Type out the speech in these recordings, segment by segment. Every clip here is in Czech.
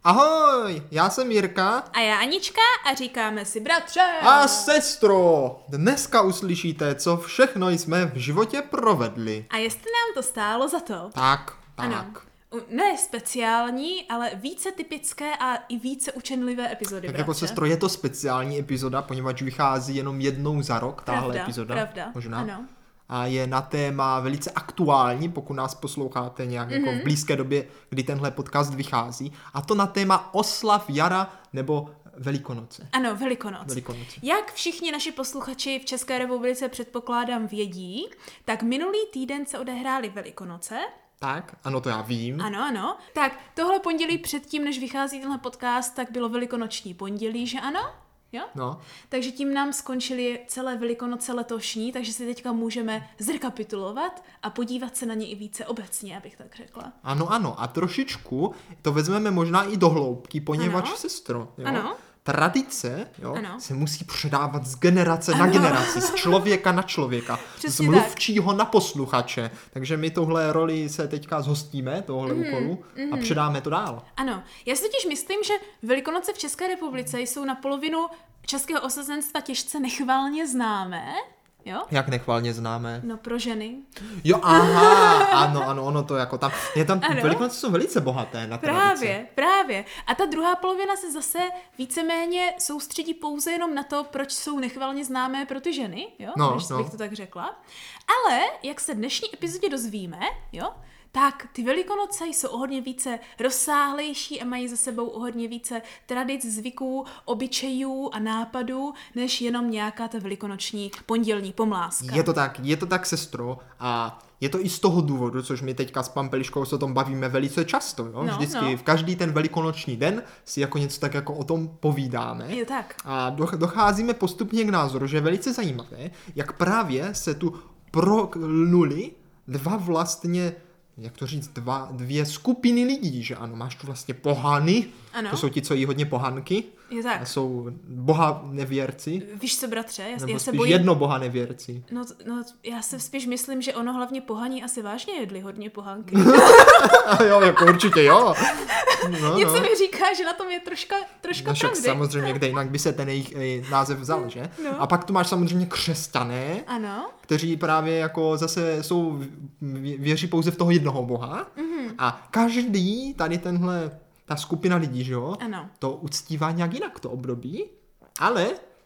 Ahoj, já jsem Jirka. A já Anička a říkáme si bratře. A sestro, dneska uslyšíte, co všechno jsme v životě provedli. A jestli nám to stálo za to. Tak. Ano. Ne speciální, ale více typické a i více učenlivé epizody, Tak bratře. jako sestro, je to speciální epizoda, poněvadž vychází jenom jednou za rok, tahle epizoda. Pravda, možná. ano. A je na téma velice aktuální, pokud nás posloucháte nějak jako v blízké době, kdy tenhle podcast vychází. A to na téma oslav jara nebo Velikonoce. Ano, Velikonoc. Velikonoce. Jak všichni naši posluchači v České republice předpokládám vědí, tak minulý týden se odehrály Velikonoce. Tak, ano, to já vím. Ano. Tak tohle pondělí předtím, než vychází tenhle podcast, tak bylo velikonoční pondělí, že ano? Jo? No. Takže tím nám skončily celé Velikonoce letošní, takže si teďka můžeme zrekapitulovat a podívat se na ně i více obecně, abych tak řekla. Ano. A trošičku to vezmeme možná i do hloubky, poněvadž Ano. sestro, jo, Ano. tradice Ano. se musí předávat z generace na generaci, z člověka na člověka, Přesně z mluvčího na posluchače. Takže my tohle roli se teďka zhostíme, tohle úkolu, a předáme to dál. Ano, já si totiž myslím, že Velikonoce v České republice jsou na polovinu českého osazenstva těžce nechvalně známé, jo? Jak nechvalně známe. No pro ženy. Jo, aha, ano, ono to jako tam, Ano. Velikonoce jsou velice bohaté na tradice. Právě. A ta druhá polovina se zase víceméně soustředí pouze jenom na to, proč jsou nechvalně známé pro ty ženy, jo? Než bych to tak řekla. Ale, jak se dnešní epizodě dozvíme, jo? Tak ty Velikonoce jsou o hodně více rozsáhlejší a mají za sebou o hodně více tradic, zvyků, obyčejů a nápadů, než jenom nějaká ta velikonoční pondělní pomláska. Je to tak, sestro, a je to i z toho důvodu, což my teďka s Pampeliškou se o tom bavíme velice často, jo? Vždycky v každý ten velikonoční den si jako něco tak jako o tom povídáme. Je tak. A docházíme postupně k názoru, že je velice zajímavé, jak právě se tu prolnuli dva vlastně, jak to říct, dvě skupiny lidí, že ano, máš tu vlastně pohany, Ano. to jsou ti, co jí hodně pohanky, Je tak. a jsou boha nevěrci, Víš co, bratře, nebo já se spíš bojím... jedno boha nevěrci. No, já se spíš myslím, že ono hlavně pohaní asi vážně jedli hodně pohanky. Jo, jako určitě jo. No, Něco mi říká, že na tom je troška No však pravdy. samozřejmě, kde jinak by se ten jejich název vzal, že? No. A pak tu máš samozřejmě křesťané, Ano. kteří právě jako zase věří pouze v toho jednoho boha. A každý tady ta skupina lidí, že jo? Ano. To uctívá nějak jinak to období, ale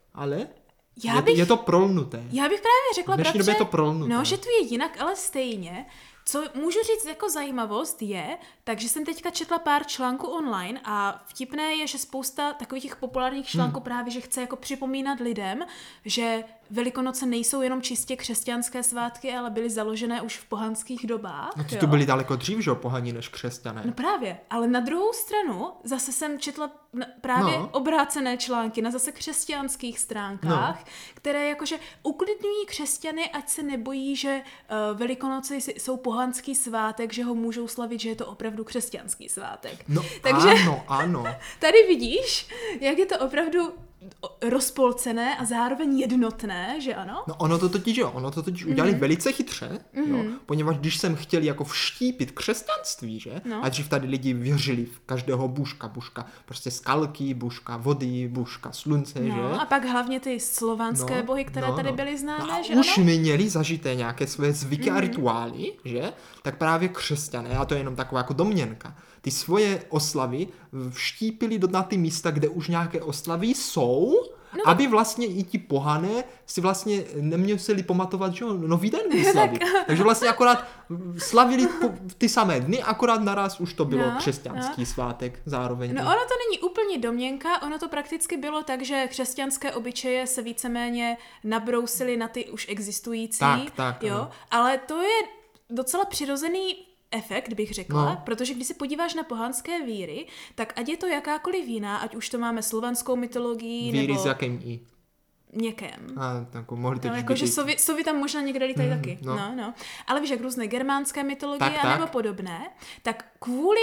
je to prolnuté. Já bych právě řekla, V dnešní bratře, době je to prolnuté. no, že tu je jinak, ale stejně. Co můžu říct jako zajímavost je, takže jsem teďka četla pár článků online a vtipné je, že spousta takových těch populárních článků právě, že chce jako připomínat lidem, že Velikonoce nejsou jenom čistě křesťanské svátky, ale byly založené už v pohanských dobách. No ty jo. tu byli daleko dřív, že jo, pohaní než křesťané. No právě, ale na druhou stranu zase jsem četla právě obrácené články na zase křesťanských stránkách, které jakože uklidňují křesťany, ať se nebojí, že Velikonoce jsou pohanský svátek, že ho můžou slavit, že je to opravdu křesťanský svátek. No Takže ano. tady vidíš, jak je to opravdu rozpolcené a zároveň jednotné, že ano? No ono to totiž udělali velice chytře, jo, poněvadž když jsem chtěl jako vštípit křesťanství, že, a dřív tady lidi věřili v každého buška, prostě skalky, buška vody, buška slunce, že? A pak hlavně ty slovanské bohy, které tady byly známé, a že už ano? měli zažité nějaké své zvyky a rituály, že? Tak právě křesťané, a to je jenom taková jako domněnka, ty svoje oslavy vštípili na ty místa, kde už nějaké oslavy jsou, aby vlastně i ti pohané si vlastně nemuseli pamatovat, že nový den vyslavit. Takže vlastně akorát slavili ty samé dny, akorát naraz už to bylo křesťanský svátek zároveň. No ono to není úplně domněnka, ono to prakticky bylo tak, že křesťanské obyčeje se víceméně nabrousily na ty už existující, Tak, jo, ano. ale to je docela přirozený efekt, bych řekla, protože když se podíváš na pohanské víry, tak ať je to jakákoliv jiná, ať už to máme slovanskou mytologii, Víry nebo s jakým i? někem. A, tak mohli to Jakože Sovi tam možná někde lítají taky. No. Ale víš, jak různé germánské mytologie Tak. a nebo podobné, tak kvůli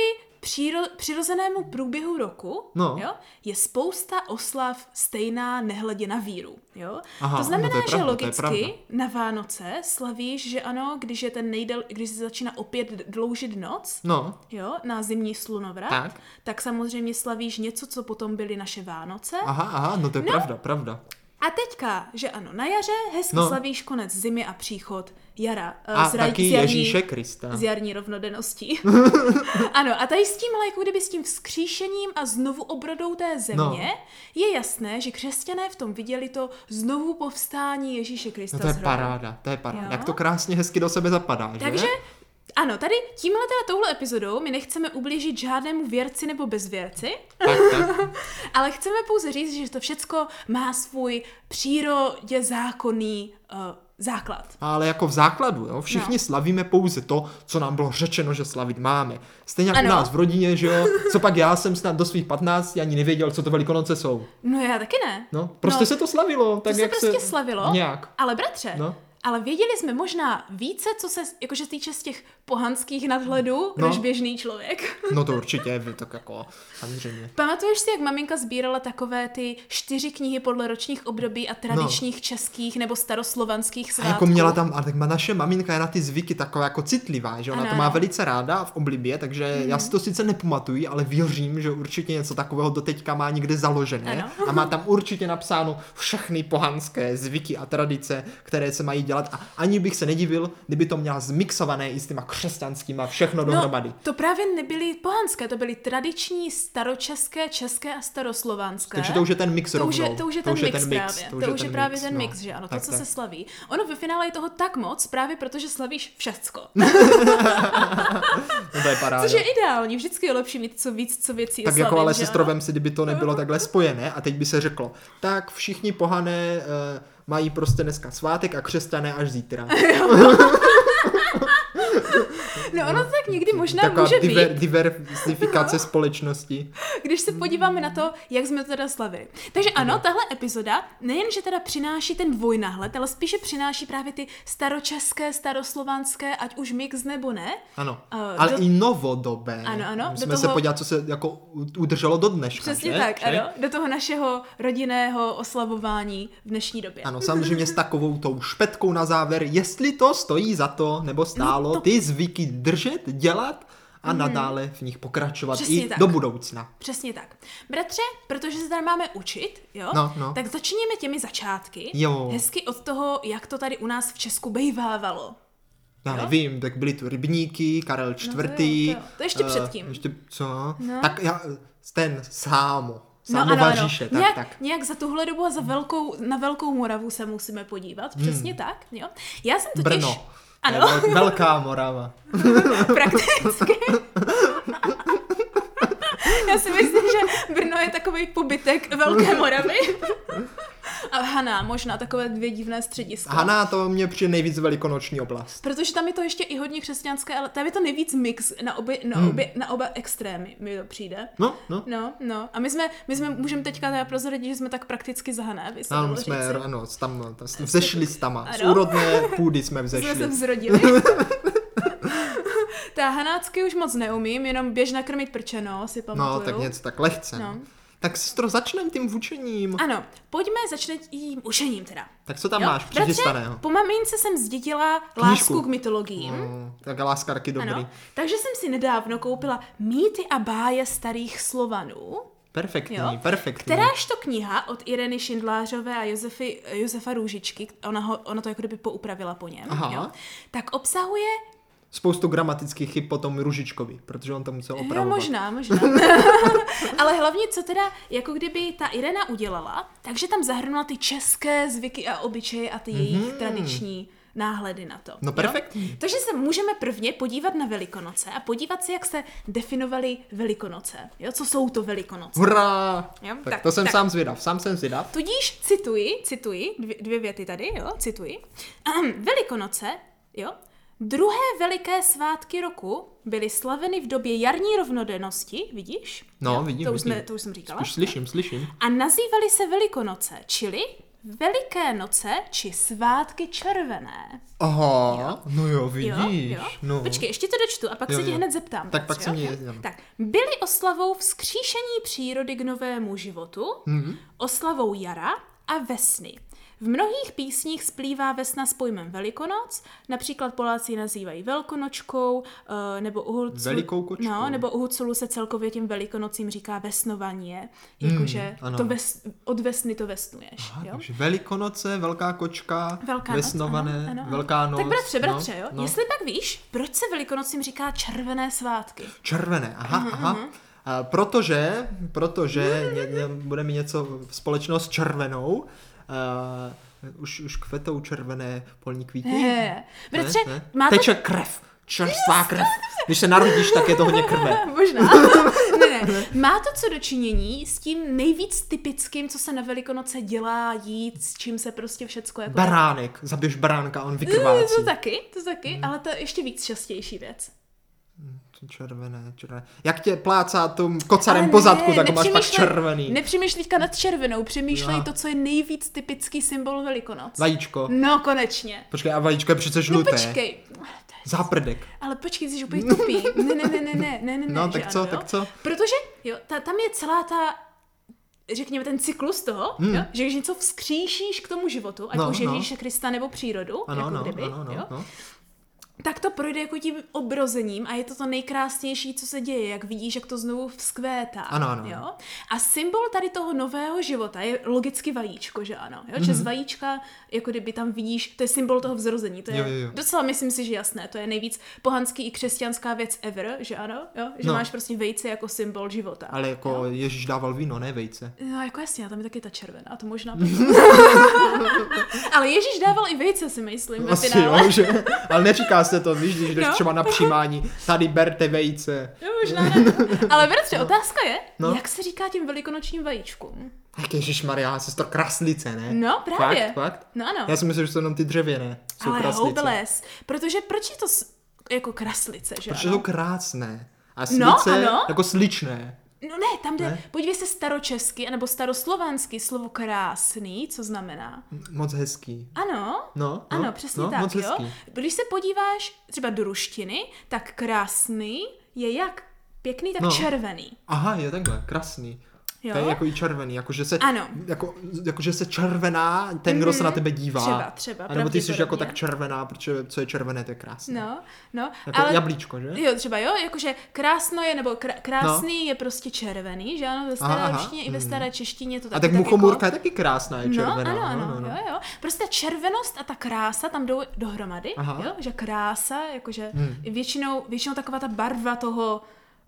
přirozenému průběhu roku jo, je spousta oslav stejná nehledě na víru. Jo? Aha, to znamená, to je pravda, že logicky na Vánoce slavíš, že ano, když je když se začíná opět dloužit noc jo, na zimní slunovrat, tak samozřejmě slavíš něco, co potom byly naše Vánoce. Aha, no to je pravda. A teďka, že ano, na jaře hezky slavíš konec zimy a příchod jara. Taky Ježíše Krista. S jarní rovnodenností. Ano, a tady s tím, ale jako kdyby s tím vzkříšením a znovu obrodou té země, je jasné, že křesťané v tom viděli to znovu povstání Ježíše Krista. No to je paráda. Jak to krásně hezky do sebe zapadá, že? Takže ano, tady touhle epizodou my nechceme ublížit žádnému věrci nebo bezvěrci, tak. Ale chceme pouze říct, že to všecko má svůj přírodě zákonný základ. Ale jako v základu, jo? Všichni slavíme pouze to, co nám bylo řečeno, že slavit máme. Stejně jako u nás v rodině, že jo? Co pak já jsem snad do svých 15 ani nevěděl, co to Velikonoce jsou. No já taky ne. No, prostě se to slavilo. Tak to jak se prostě slavilo, nějak. Ale bratře, ale věděli jsme možná více, co se jakože týče z těch pohanských nadhledů, než běžný člověk. No to určitě, tak jako samozřejmě. Pamatuješ si, jak maminka sbírala takové ty 4 knihy podle ročních období a tradičních českých nebo staroslovanských svátků? A jako měla tam, ale tak naše maminka je na ty zvyky taková jako citlivá, že ona to má velice ráda v oblibě, takže já si to sice nepamatuji, ale věřím, že určitě něco takového doteďka má někde založené a má tam určitě napsáno všechny pohanské zvyky a tradice, které se mají dělat a ani bych se nedivil, kdyby to měla zmixované i s těma křesťanskýma všechno dohromady. To právě nebyly pohanské, to byly tradiční staročeské, české a staroslovanské. Takže to už je ten mix rovnou. To už je ten mix. To už je právě ten mix, že ano, to, co se slaví. Ono ve finále je toho tak moc, právě protože slavíš všecko. No to je paráda. Což je ideální, vždycky je lepší mít co víc, co věcí tak slavit, jako ale sestro, vem si, kdyby to nebylo takhle spojené a teď by se řeklo, tak všichni pohané mají prostě dneska svátek a křesťané až zítra. No ono tak někdy možná taková může být. Diversifikace společnosti. Když se podíváme na to, jak jsme to teda slavili. Takže ano, tahle epizoda nejenže teda přináší ten dvojnáhled, ale spíše přináší právě ty staročeské, staroslovanské, ať už mix nebo ne. Ano, ale i novodobé. Ano. Musíme se podívat, co se jako udrželo do dneška. Přesně tak, ano. Do toho našeho rodinného oslavování v dnešní době. Ano, samozřejmě s takovou tou špetkou na závěr, jestli to stojí za to, nebo stálo ty zvyky držet, dělat a nadále v nich pokračovat do budoucna. Přesně tak. Bratře, protože se tady máme učit, jo? Tak začněme těmi začátky. Jo. Hezky od toho, jak to tady u nás v Česku bejvávalo. Já nevím, tak byly tu rybníky, Karel IV. To ještě předtím. Co? No. Tak ten Sámova říše, nějak za tuhle dobu a na Velkou Moravu se musíme podívat. Přesně tak, jo. Já jsem totiž... Brno. Ano. Velká Morava. Prakticky. Já si myslím, že Brno je takový pobytek Velké Moravy. A Haná, možná takové 2 divné střediska. Haná, to mě přijde nejvíc velikonoční oblast. Protože tam je to ještě i hodně křesťanské, ale tam je to nejvíc mix na oba extrémy, mi to přijde. No. A my jsme můžeme teďka teda prozradit, že jsme tak prakticky za Hané. Ano, jsme tam vzešli s tama. Z úrodné půdy jsme vzešli. Jsme se vzrodili. Ta hanácky už moc neumím, jenom běž nakrmit prčeno, si pamatuju. No, tak něco tak lehce. No. Tak sestro, začneme tím učením. Ano, pojďme začít tím učením teda. Tak co tam máš přichystaného? Po mamince jsem zdědila lásku k mytologiím. Tak láska taky dobrý. Ano, takže jsem si nedávno koupila Mýty a báje starých Slovanů. Perfektní. Kterážto kniha od Ireny Šindlářové a Josefa Růžičky, ona to jako kdyby poupravila po něm, tak obsahuje spoustu gramatických chyb potom Růžičkovi, protože on to musel opravovat. Možná. Ale hlavně, co teda, jako kdyby ta Irena udělala, takže tam zahrnula ty české zvyky a obyčeje a ty jejich tradiční náhledy na to. No perfektní. Takže se můžeme prvně podívat na Velikonoce a podívat se, jak se definovaly Velikonoce. Jo? Co jsou to Velikonoce? Hurá! Tak to jsem sám zvědav. Tudíž cituji, 2 věty tady, jo, cituji. Velikonoce, jo, druhé veliké svátky roku byly slaveny v době jarní rovnodennosti, vidíš? No, vidím. To už jsem říkala. Už slyším. A nazývaly se Velikonoce, čili Veliké noce či svátky červené. Aha, jo? No jo, vidíš. Jo? No. Počkej, ještě to dočtu a pak se tě hned zeptám. Tak pak se mě... Tak, byly oslavou vzkříšení přírody k novému životu, oslavou jara a vesny. V mnohých písních splývá vesna s pojmem Velikonoc, například Poláci nazývají Velkonočkou, nebo u Huculu, Velikou kočkou. No, nebo u Huculu se celkově těm Velikonocím říká vesnovanie, jakože od vesny to vesnuješ. Aha, jo? Takže Velikonoce, velká kočka, velká vesnované, ano. velká noc. Tak bratře, jo? No. Jestli pak víš, proč se Velikonocím říká červené svátky? Červené, aha. Protože bude mi něco společného s červenou. Už kvetou červené polní kvítky. Bratře, teče krev. Čerstvá krev. Když se narodíš, tak je to hodně krve. Možná. Ne. Má to co dočinění s tím nejvíc typickým, co se na Velikonoce dělá, jít, s čím se prostě všecko jako... Baránek. Zabiješ baránka, on vykrvácí. To taky, ale to je ještě víc častější věc. Červené. Jak tě plácá tím kocarem po zadku, tak máš pak červený. Nepřemýšlej nad červenou, přemýšlej to, co je nejvíc typický symbol Velikonoc. Vajíčko. No, konečně. Počkej, a vajíčko je přece žluté. No počkej. Záprdek. Ale počkej, jsi úplně tupý. Ne. No, tak co? Protože, jo, tam je celá ta, řekněme, ten cyklus toho, jo, že když něco vzkříšíš k tomu životu, ať už Ježíše Krista nebo přírodu, jo, tak to projde jako tím obrozením a je to nejkrásnější, co se děje, jak vidíš, jak to znovu vzkvétá. Ano. Jo? A symbol tady toho nového života je logicky vajíčko, že ano? Jo? Že z vajíčka, jako kdyby tam vidíš, to je symbol toho vzrození. To je docela, myslím si, že jasné. To je nejvíc pohanský i křesťanská věc ever, že ano? Jo? Že máš prostě vejce jako symbol života. Ale jako Ježíš dával víno, ne vejce. No jako jasně, tam je taky ta červená, to možná. Ale Ježíš dával i vejce, si myslím. Asi jo, že? Ale neříká se to, víš, když jdeš třeba na přijímání, tady berte vejce. Jo, možná ne. Ale bratře, otázka je, jak se říká těm velikonočním vajíčkům? Tak ježišmarja, sestro, kraslice, ne? No, právě. Fakt? No ano. Já si myslím, že jsou jenom ty dřevěné. Jsou ale kraslice. houbeles. Protože proč je to jako kraslice, že Protože ano? jsou krásné. A slice jako sličné. No ne, tam jde, podívej se staročesky, nebo staroslovansky slovo krásný, co znamená? Moc hezký. Ano, přesně tak, moc hezký. Jo. Když se podíváš třeba do ruštiny, tak krásný je jak pěkný, tak červený. Aha, je takhle, krásný. Jo? To je jako i červený, jakože se červená ten, kdo se na tebe dívá. Třeba. A nebo ty jsi jako tak červená, protože co je červené, to je krásné. No. Jako ale, jablíčko, že? Jo, třeba jakože krásno je, nebo krásný je prostě červený, že ano, ve staré ruštině i ve staré češtině to taky. A tak muchomůrka je taky krásná, je červená. Ano. Jo. Prostě červenost a ta krása tam jdou dohromady, jo, že krása, jakože většinou taková ta barva toho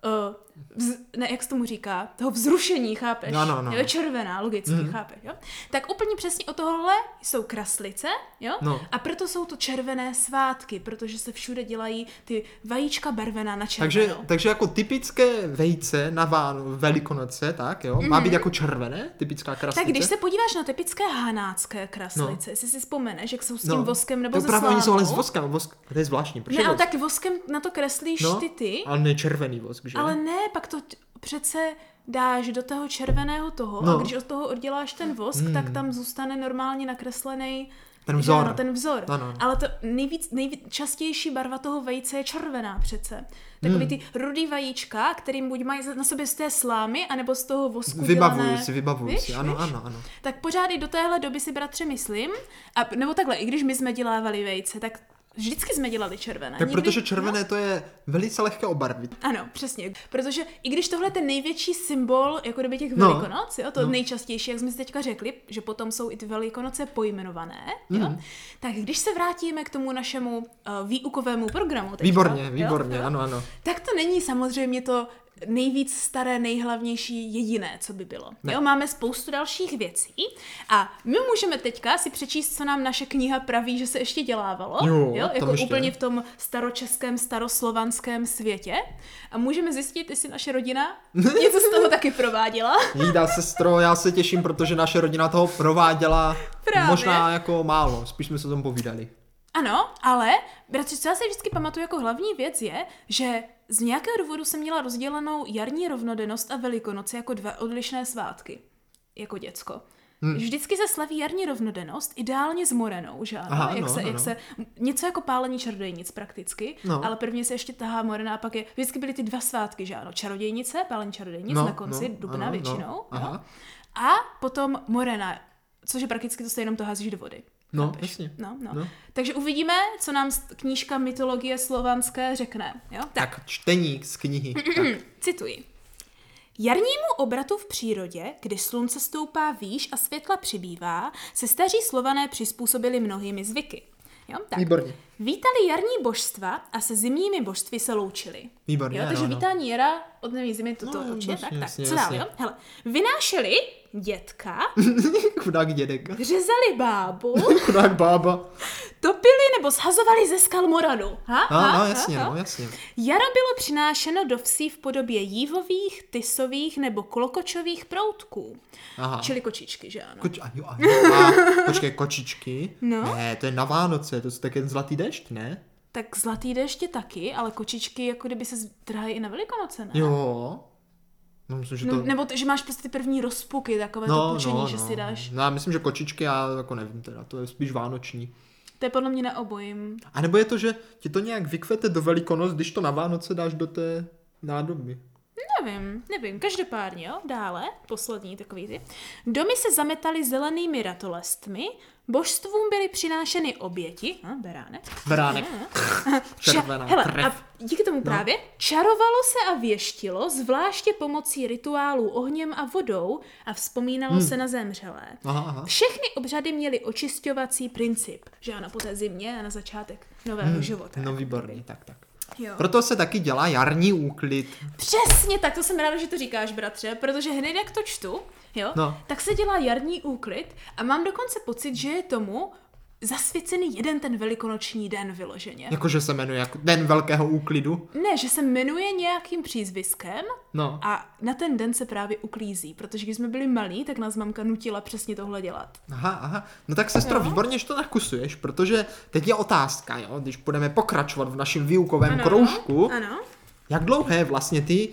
jak se tomu říká, toho vzrušení, chápeš? No. Jo, červená, logicky, chápeš, jo? Tak úplně přesně od tohohle jsou kraslice, jo? No. A proto jsou to červené svátky, protože se všude dělají ty vajíčka barvená na červenou. Takže jako typické vejce na Velikonoce, tak jo? Má být jako červené, typická kraslice. Tak když se podíváš na typické hanácké kraslice, jestli si vzpomeneš, jak jsou s tím voskem nebo se slávou. Oni jsou ale s voskem, to je zvláštní. Ne, ale tak voskem na to kreslíš ty. Ale ne červený vosk, že? Ale ne, pak to přece dáš do toho červeného toho a když od toho odděláš ten vosk, tak tam zůstane normálně nakreslený ten vzor. No. Ale to nejčastější barva toho vejce je červená přece. Takový ty rudý vajíčka, kterým buď mají na sobě z té slámy, anebo z toho vosku Vybavuju si. Ano. Tak pořád i do téhle doby si, bratře, myslím, nebo takhle, i když my jsme dělávali vejce, tak vždycky jsme dělali červené. Tak protože červené to je velice lehké obarvit. Ano, přesně. Protože i když tohle je ten největší symbol jako kdyby těch Velikonoc, jo, to nejčastější, jak jsme si teďka řekli, že potom jsou i ty Velikonoce pojmenované, jo, tak když se vrátíme k tomu našemu výukovému programu teďka, Výborně, ano. Tak to není samozřejmě to nejvíc staré, nejhlavnější jediné, co by bylo. Jo, máme spoustu dalších věcí a my můžeme teďka si přečíst, co nám naše kniha praví, že se ještě dělávalo, jo, jako úplně v tom staročeském, staroslovanském světě a můžeme zjistit, jestli naše rodina něco z toho taky prováděla. Jída, sestro, já se těším, protože naše rodina toho prováděla možná jako málo, spíš jsme se o tom povídali. Ano, ale, bratři, co já si vždycky pamatuju jako hlavní věc je, že z nějakého důvodu jsem měla rozdělenou jarní rovnodennost a Velikonoce jako 2 odlišné svátky. Jako děcko. Vždycky se slaví jarní rovnodennost, ideálně s morenou, že ano? Aha, jak se něco jako pálení čarodějnic prakticky, ale prvně se ještě tahá morena a pak vždycky byly ty 2 svátky, že ano? Čarodějnice, pálení čarodějnic na konci dubna většinou. A potom morena, což je prakticky to stejné, to házíš do vody. No, jasně. No. Takže uvidíme, co nám knížka mytologie slovanské řekne. Jo? Tak čtení z knihy. Cituji. Jarnímu obratu v přírodě, kdy slunce stoupá výš a světla přibývá, se staří Slované přizpůsobili mnohými zvyky. Jo? Tak. Výborně. Vítali jarní božstva a se zimními božstvy se loučili. Výborně, jo? Takže vítání jara od neví zimy toto určitě. Tak. Co dál, jo? Hele. Vynášeli dětka. Chudák dědek. Řezali bábu. Chudák bába. Topili nebo shazovali ze skal moranu. Jasně. Jaro bylo přinášeno do vsí v podobě jívových, tysových nebo klokočových proutků. Čili kočičky, že ano? Počkej, kočičky? No. Ne, to je na Vánoce, to je tak jen zlatý déšť, ne? Tak zlatý déšť je taky, ale kočičky jako kdyby se trhají i na Velikonoce, ne? Jo. No, myslím, že to... Nebo že máš prostě ty první rozpuky, takové to pučení, že si dáš. No, já myslím, že kočičky, já jako nevím teda, to je spíš vánoční. To je podle mě na obojím. A nebo je to, že ti to nějak vykvete do Velikonoc, když to na Vánoce dáš do té nádoby? Nevím, každopádně, jo, dále, poslední takový ty. Domy se zametaly zelenými ratolestmi, božstvům byly přinášeny oběti, beránek, červená krev. A díky tomu právě čarovalo se a věštilo, zvláště pomocí rituálů ohněm a vodou a vzpomínalo se na zemřelé. Všechny obřady měly očišťovací princip, že ano, po té zimě a na začátek nového života. No výborný, tak. Jo. Proto se taky dělá jarní úklid. Přesně tak, to jsem ráda, že to říkáš, bratře, protože hned jak to čtu, tak se dělá jarní úklid a mám dokonce pocit, že je tomu zasvěcený jeden ten velikonoční den vyloženě. Jakože se jmenuje jako den velkého úklidu? Ne, že se jmenuje nějakým přízviskem a na ten den se právě uklízí, protože když jsme byli malí, tak nás mamka nutila přesně tohle dělat. Aha. No tak sestro, výborně, že to nakusuješ, protože teď je otázka, jo, když budeme pokračovat v našem výukovém kroužku. Ano. Jak dlouhé vlastně ty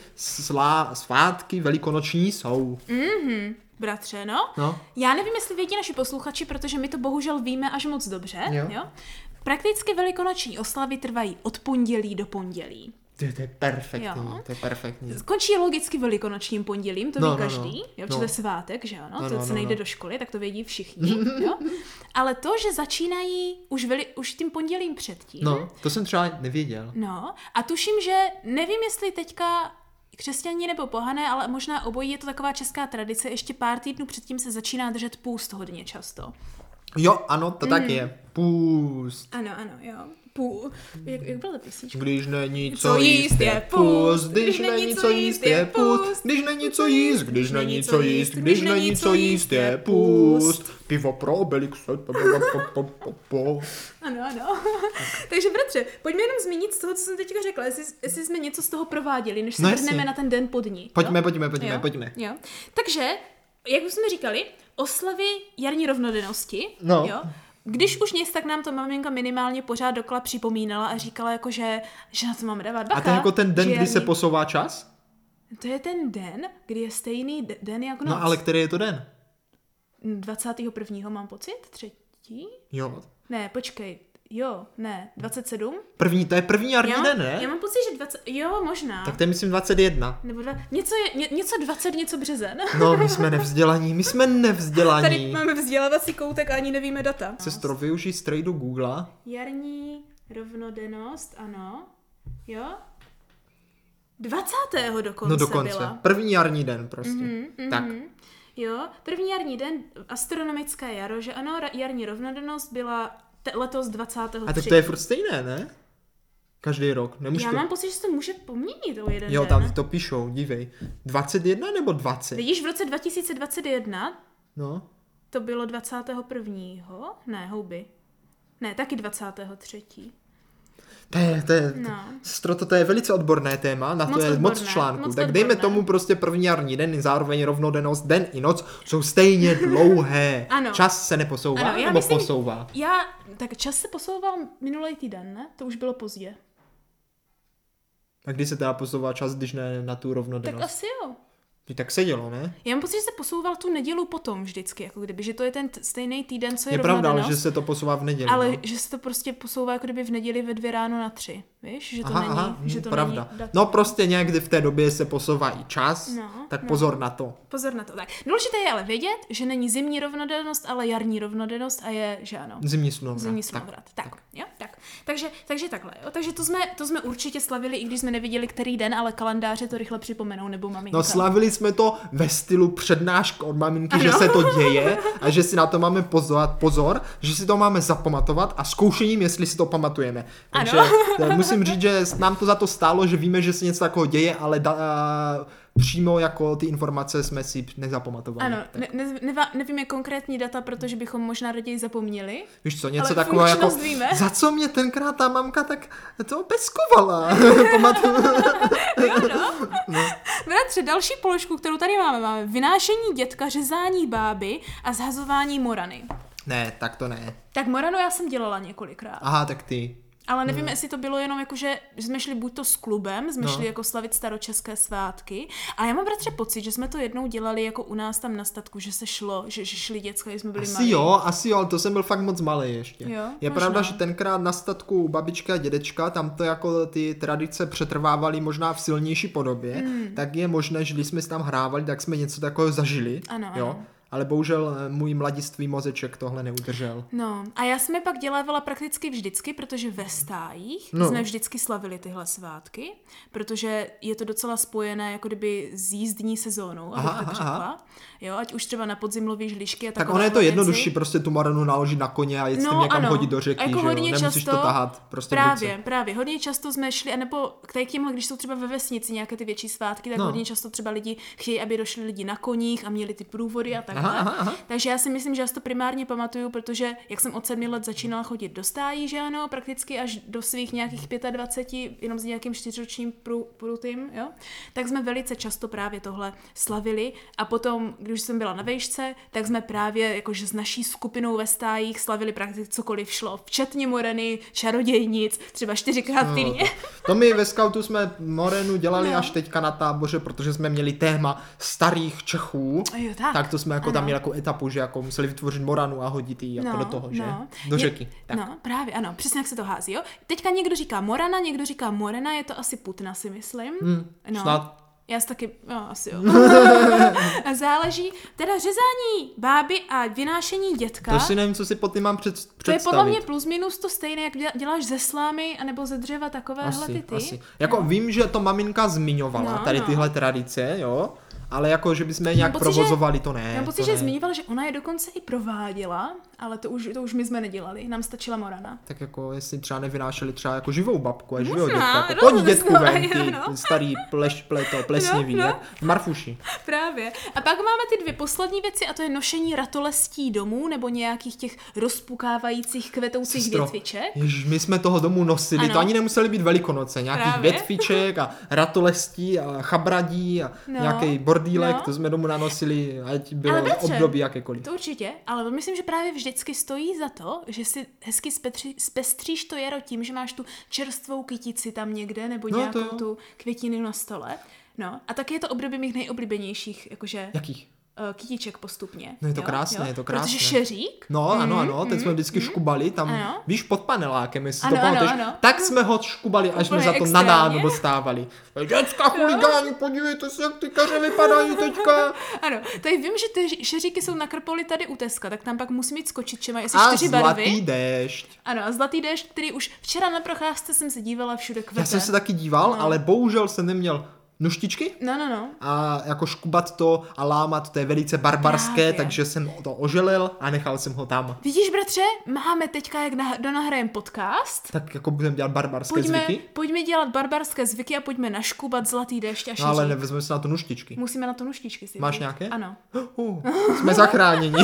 svátky velikonoční jsou? Bratře, no. Já nevím, jestli vědí naši posluchači, protože my to bohužel víme až moc dobře. Jo? Prakticky velikonoční oslavy trvají od pondělí do pondělí. To je perfektní. Končí logicky velikonočním pondělím, to ví každý, to je svátek, že ano, to se nejde do školy, tak to vědí všichni, jo. Ale to, že začínají už tím pondělím předtím. No, to jsem třeba nevěděl. No, a tuším, že nevím, jestli teďka křesťané nebo pohané, ale možná obojí, je to taková česká tradice, ještě pár týdnů předtím se začíná držet půst hodně často. Jo, ano, to tak je. Půst. Ano, jo. Jak byla ta písnička? Když není co jíst, je půst. Když není co jíst, je půst. Když není co jíst, když není co jíst, když není co jíst, je půst. Pivo pro Obelixe. Ano. Takže bratře, pojďme jenom zmínit z toho, co jsem teďka řekla, jestli jsme něco z toho prováděli, než se vrhneme na ten den pod ní. Pojďme. Jo. Takže, jak už jsme říkali, oslavy jarní rovnodennosti, jo. Když už nic, tak nám to maminka minimálně pořád dokola připomínala a říkala jako, že na to máme dávat bacha. A to je jako ten den, kdy se posouvá čas? To je ten den, kdy je stejný den jako noc. No ale který je to den? 21. mám pocit? 3. Jo. Ne, počkej. 27. To je první jarní den, ne? Já mám pocit, že 20, možná. Tak to je myslím 21. Nebo něco 20, něco březen. No, my jsme nevzdělaní. Tady máme vzdělávací koutek a ani nevíme data. Sestro, využij strejdu Google. Jarní rovnodennost, ano. Jo? 20. dokonce byla. První jarní den prostě. Tak. Jo, první jarní den, astronomické jaro, že ano, jarní rovnodennost byla letos 23. A tak to je furt stejné, ne? Každý rok. Já mám pocit, že se to může poměnit o jeden den. Jo, tam to píšou, dívej. 21 nebo 20? Vidíš, v roce 2021 no. To bylo 21. Ne, houby. Ne, taky 23. Sestro, to je velice odborné téma, na to je moc článků. Tak dejme tomu prostě první jarní den, zároveň rovnodennost, den i noc jsou stejně dlouhé. Ano. Čas se neposouvá, nebo posouvá? Tak čas se posouval minulý týden, ne? To už bylo pozdě. A kdy se teda posouvá čas, když ne na tu rovnodennost? Tak asi jo. Tak se dělo, ne? Já mám pocit, že se posouval tu nedělu potom vždycky, jako kdyby, že to je ten stejný týden, co je pravda, ale že se to posouvá v neděli. Ale že se to prostě posouvá jako kdyby v neděli ve 2 ráno na 3, víš? Že to že to pravda. Není no prostě někdy v té době se posouvá i čas, tak pozor na to. Pozor na to, tak. Důležité je ale vědět, že není zimní rovnodennost, ale jarní rovnodennost a je, že ano. Zimní slunovrat. Zimní slunovrat. Tak. Jo, tak. Takže takhle, jo. Takže to jsme určitě slavili, i když jsme neviděli který den, ale kalendáře to rychle připomenou, nebo maminka. No slavili jsme to ve stylu přednáška od maminky, že se to děje a že si na to máme pozor, že si to máme zapamatovat a zkoušením, jestli si to pamatujeme. Takže musím říct, že nám to za to stálo, že víme, že se něco takového děje, ale přímo jako ty informace jsme si nezapamatovali. Ano, nevíme konkrétní data, protože bychom možná raději zapomněli. Víš co, něco takového jako, víme. Za co mě tenkrát ta mamka tak to peskovala. No. Bratře, další položku, kterou tady máme vynášení dětka, řezání báby a zhazování morany. Ne, tak to ne. Tak moranu já jsem dělala několikrát. Aha, tak ty. Ale nevím, jestli to bylo jenom jako, že jsme šli buď to s klubem, jsme šli jako slavit staročeské svátky, ale já mám, bratře, pocit, že jsme to jednou dělali jako u nás tam na statku, že se šlo, že šli děcka, když jsme byli malí. Asi jo, ale to jsem byl fakt moc malý ještě. Jo, je možná. Pravda, že tenkrát na statku u babičky a dědečka, tam to jako ty tradice přetrvávaly možná v silnější podobě, tak je možné, že když jsme si tam hrávali, tak jsme něco takového zažili. Ano. Ale bohužel můj mladistvý mozeček tohle neudržel. No, a já jsem je pak dělávala prakticky vždycky, protože ve stájích jsme vždycky slavili tyhle svátky, protože je to docela spojené jako kdyby s jízdní sezónou, abych tak řekla. Jo, ať už třeba na podzim lovíš lišky a takové. Tak ono je to jednodušší prostě tu moranu naložit na koně a jet s tím někam hodit do řeky, jako že jo? Nemusíš to tahat prostě Právě. Hodně často jsme šli, anebo k těmhle, když jsou třeba ve vesnici nějaké ty větší svátky, tak hodně často třeba lidi chtějí, aby došli lidi na koních a měli ty průvody a tak. Aha. Takže já si myslím, že já si to primárně pamatuju, protože jak jsem od 7 let začínala chodit do stájí, že ano, prakticky až do svých nějakých 25, jenom s nějakým 4ročním průtým, jo, tak jsme velice často právě tohle slavili a potom, když jsem byla na vejšce, tak jsme právě jakože s naší skupinou ve stájích slavili prakticky cokoliv šlo, včetně moreny, čarodějnic, třeba 4krát týdně. To my ve skautu jsme morenu dělali až teďka na táboře, protože jsme měli téma starých Čechů, tak to jsme jako tam měli jako etapu, že jako museli vytvořit moranu a hodit ji jako do toho, že? Do řeky. Tak. No, právě, ano, přesně jak se to hází, jo. Teďka někdo říká morana, někdo říká morena, je to asi putna, si myslím. Snad. Já si taky, asi jo. Záleží, teda řezání báby a vynášení dětka. To si nevím, co si pod tím mám představit. To je podle mě plus minus to stejné, jak děláš ze slámy anebo ze dřeva takovéhle ty. Asi. Jako vím, že to maminka zmiňovala, tady tyhle tradice, jo. Ale jako, že bychom je nějak provozovali, to ne. Mám pocit, že zmiňovala, že ona je dokonce i prováděla, ale to už my jsme nedělali, nám stačila morana. Tak jako, jestli třeba nevynášeli třeba jako živou babku a živého dětka. Jako, pojď dětku ven, ty starý plesnivý, Marfuši. Právě. A pak máme ty 2 poslední věci a to je nošení ratolestí domů nebo nějakých těch rozpukávajících kvetoucích větviček. Ježiš, my jsme toho domů nosili, to ani nemuseli být Velikonoce, nějakých větviček a ratolestí a chabradí a nějaký bordílek, to jsme domů nanosili, ať bylo období jakékoliv. To určitě, ale myslím, že právě vždycky stojí za to, že si hezky zpestříš to jaro tím, že máš tu čerstvou kytici tam někde, nebo nějakou tu květinu na stole. No, a taky je to období mých nejoblíbenějších, jakože... Jakých? Kytiček postupně. No je to krásné, je to krásné. Protože šeřík. No, ano, teď jsme vždycky škubali tam, víš, pod panelákem, jestli to pamatuješ, tak jsme ho škubali, až jsme za to na náno dostávali. Děcka chuligáni, podívejte se, jak ty keře vypadají teďka. Ano, tady vím, že ty šeříky jsou na Krpoli tady u Teska, tak tam pak musí mít skočič, mají asi 4 barvy. A zlatý déšť. Ano, a zlatý déšť, který už včera na procházce jsem se dívala všude kvete. Já jsem se taky díval, ale bohužel jsem neměl nuštičky? No. A jako škubat to a lámat, to je velice barbarské, takže jsem to oželil a nechal jsem ho tam. Vidíš, bratře, máme teďka, jak donahrajem podcast. Tak jako budeme dělat barbarské zvyky? Pojďme dělat barbarské zvyky a pojďme naškubat zlatý déšť a šeřík. No, ale nevezmeme si na to nuštičky. Musíme na to nuštičky si. Máš nějaké? Ano. Jsme zachráněni.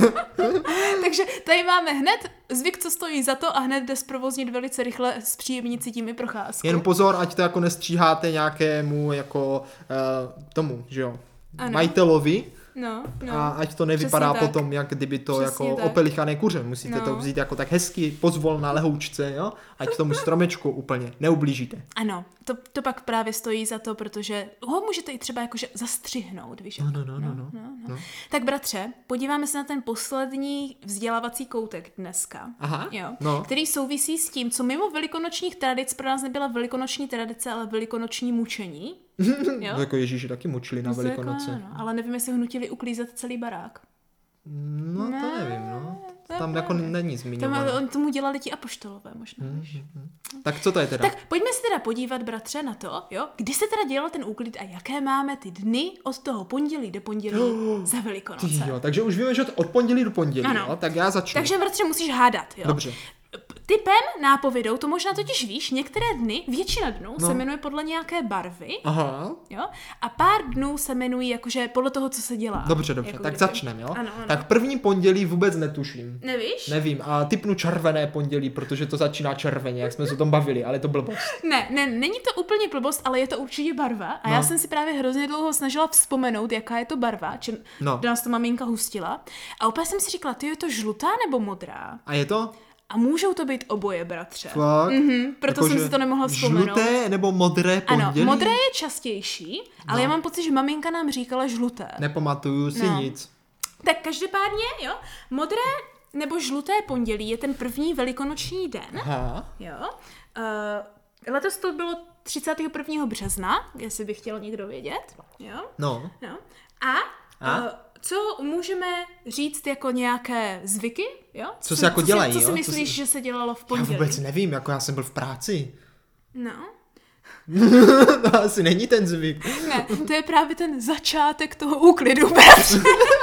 Takže tady máme hned zvyk, co stojí za to a hned jde zprovoznit velice rychle zpříjemnit si tím i procházku. Jen pozor, ať to jako nestříháte nějakému jako tomu, že jo, majitelovi, A ať to nevypadá potom, jak kdyby to přesně jako tak. Opelichané kuře. Musíte to vzít jako tak hezky, pozvolna lehoučce, jo? Ať tomu stromečku úplně neublížíte. Ano, to pak právě stojí za to, protože ho můžete i třeba jakože zastřihnout, víš? No. Tak bratře, podíváme se na ten poslední vzdělávací koutek dneska. Aha, který souvisí s tím, co mimo velikonočních tradic pro nás nebyla velikonoční tradice, ale velikonoční mučení. Jo? Jako Ježíši taky mučili na Velikonoce. Jako, ale nevím, jestli ho nutili uklízet celý barák. No to nevím, no. Tam jako není zmiňované. Oni tomu dělali ti apoštolové možná. Tak co to je teda? Tak pojďme se teda podívat, bratře, na to, jo? Kdy se teda dělal ten úklid a jaké máme ty dny od toho pondělí do pondělí za Velikonoce. Jo, takže už víme, že od pondělí do pondělí, jo? Tak já začnu. Takže, bratře, musíš hádat, jo? Dobře. Typem, nápovědou, to možná totiž víš, některé dny, většina dnů se jmenuje podle nějaké barvy. Aha. Jo? A pár dnů se jmenují jakože podle toho, co se dělá. Dobře, jako tak začneme, jo? Ano. Tak první pondělí vůbec netuším. Nevíš? Nevím, a typnu červené pondělí, protože to začíná červeně, jak jsme se o tom bavili, ale je to blbost. Ne, není to úplně blbost, ale je to určitě barva. A já jsem si právě hrozně dlouho snažila vzpomenout, jaká je to barva, nás to maminka hustila. A opět jsem si říkala, je to žlutá nebo modrá? A je to? A můžou to být oboje, bratře. Fakt? Proto jsem si to nemohla vzpomenout. Žluté nebo modré pondělí? Ano, modré je častější, ale já mám pocit, že maminka nám říkala žluté. Nepamatuju si nic. Tak každopádně, jo, modré nebo žluté pondělí je ten první velikonoční den. Aha. Jo. Letos to bylo 31. března, jestli by chtěl někdo vědět. Jo. No. A? Co můžeme říct jako nějaké zvyky, jo? Co se jako dělají, co si myslíš, že se dělalo v pondělí? Já vůbec nevím, jako já jsem byl v práci. No. To asi není ten zvyk. Ne, to je právě ten začátek toho úklidu, bratře.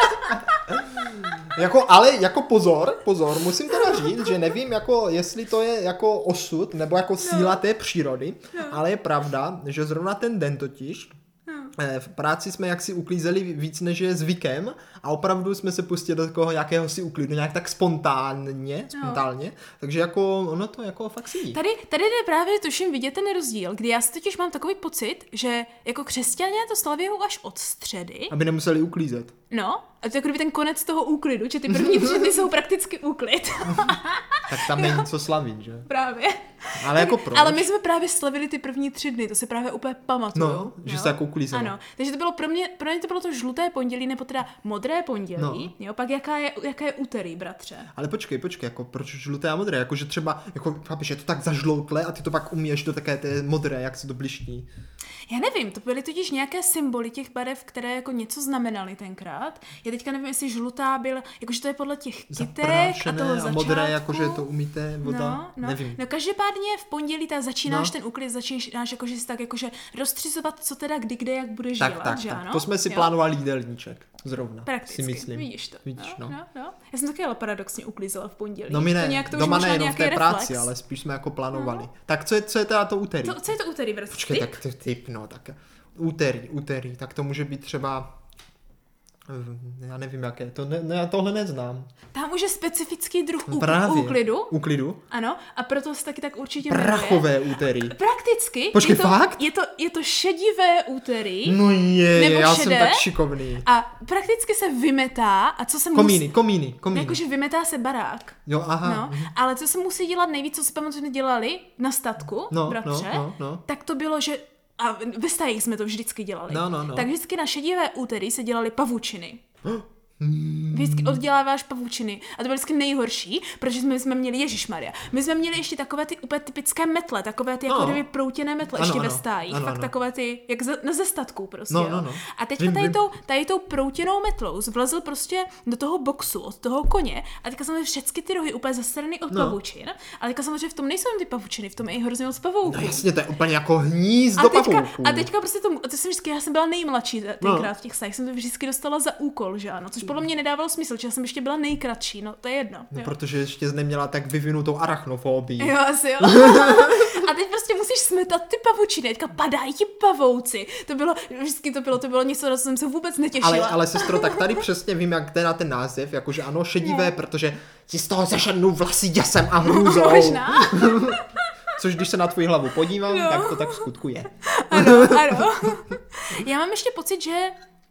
Ale jako pozor, musím teda říct, že nevím, jako, jestli to je jako osud, nebo jako síla té přírody, ale je pravda, že zrovna ten den totiž, v práci jsme jaksi uklízeli víc, než je zvykem a opravdu jsme se pustili do takového nějakého si uklidu, nějak tak spontánně, takže jako ono to jako fakt sedí. Tady jde právě tuším vidět ten rozdíl, kdy já si totiž mám takový pocit, že jako křesťané to slavujou až od středy. Aby nemuseli uklízet. No, a to jako kdyby ten konec toho úklidu, že ty první 3 dny jsou prakticky úklid. Tak tam není co slavit, že? Právě. Ale jako proč? Ale my jsme právě slavili ty první 3 dny, to si právě úplně pamatuju. No, že se jako uklízelo. Ano, takže to bylo pro mě to bylo to žluté pondělí, nebo teda modré pondělí, jo, pak jaká je úterý, bratře. Ale počkej, jako proč žluté a modré, jakože třeba, jako chápeš, je to tak zažloutlé a ty to pak umíš do také té modré, jak se to bliští. Já nevím, to byly totiž nějaké symboly těch barev, které jako něco znamenaly tenkrát. Já teďka nevím, jestli žlutá byl, jakože to je podle těch kytek a toho začátku. A modré, jakože to umíte voda, nevím. No každopádně v pondělí začínáš ten úklid, začínáš jakože si tak jakože rozstřizovat, co teda kdy, kde, jak budeš dělat, že ano? To jsme si plánovali jídelníček, zrovna. Prakticky, si myslím. Vidíš to. No. Já jsem taky ale paradoxně uklízela v pondělí. No my ne, doma nejenom v té práci, ale spíš jsme jako plánovali. Tak co je teda to úterý? Co je to úterý, bratře? Počkej, tak typ, tak úterý, tak to může být třeba, já nevím jaké, já tohle neznám. Tam už je specifický druh úklidu. Ano, a proto se taky tak určitě prachové úterý. Prakticky. Počkej, fakt? Je to šedivé úterý. No já jsem tak šikovný. A prakticky se vymetá, a co se komíny. Jakože vymetá se barák. Jo, aha. No, ale co se musí dělat nejvíc, co si pamatuju, jsme dělali na statku, bratře, tak to bylo, že a ve stájích jsme to vždycky dělali. No. Tak vždycky na šedivé úterý se dělaly pavučiny. Vždycky odděláváš pavučiny. A to bylo vždycky nejhorší, protože jsme měli, ježišmarja, my jsme měli ještě takové ty úplně typické metle, takové ty jako kdyby proutěné metle ještě ve stájích. Fakt takové ty, jak ze statků prostě. No. A teďka tady tou proutěnou metlou zvlezl prostě do toho boxu od toho koně a teďka samozřejmě všechny ty rohy úplně zasraný od pavučin. A teďka samozřejmě v tom nejsou ty pavučiny, v tom je i hrozně moc pavouků. No jasně, to je úplně jako hnízdo pavouků. A teďka prostě já jsem byla nejmladší tenkrát v těch stájích, jsem to vždycky dostala za úkol, že ano, což podle mě nedávalo smysl, že já jsem ještě byla nejkratší, no to je jedno. No, protože ještě neměla tak vyvinutou arachnofobii. Jo, asi jo. A teď prostě musíš smetat ty pavučiny, teďka padají ti pavouci. To bylo něco, na co jsem se vůbec netěšila. Ale sestro, tak tady přesně vím, jak ten název, jakože ano, šedivé, protože ti z toho zešednou vlasy děsem a hrůzou. Možná. Což když se na tvoji hlavu podívám, tak to tak v skutku je. Ano. Já mám ještě pocit, že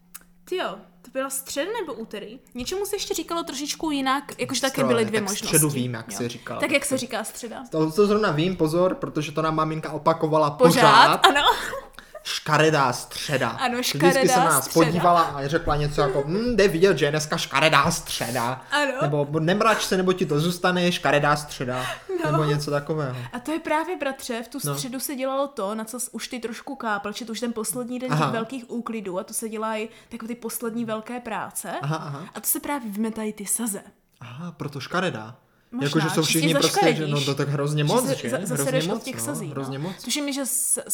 Tyjo, to byla středa nebo úterý? Něčemu se ještě říkalo trošičku jinak, jakože taky byly dvě možnosti. Středu vím, jak se říkalo. Tak jak se říká středa? To zrovna vím, pozor, protože to nám maminka opakovala pořád. Ano. Škaredá středa. Ano, škaredá vždycky se na nás středa. podívala a řekla něco jako, jde vidět, že je dneska škaredá středa. Ano. Nebo nemrač se, nebo ti to zůstane, škaredá středa. No. Nebo něco takového. A to je právě, bratře, v tu středu se dělalo to, na co už ty trošku kápl, že to už ten poslední den těch velkých úklidů a to se dělají takové ty poslední velké práce. Aha. A to se právě vymetají ty saze. Aha, proto škaredá. Možná, jako, že jsou všichni prostě, že no to tak hrozně moc, že? Zasereš od těch sazí, hrozně moc. Tuším, že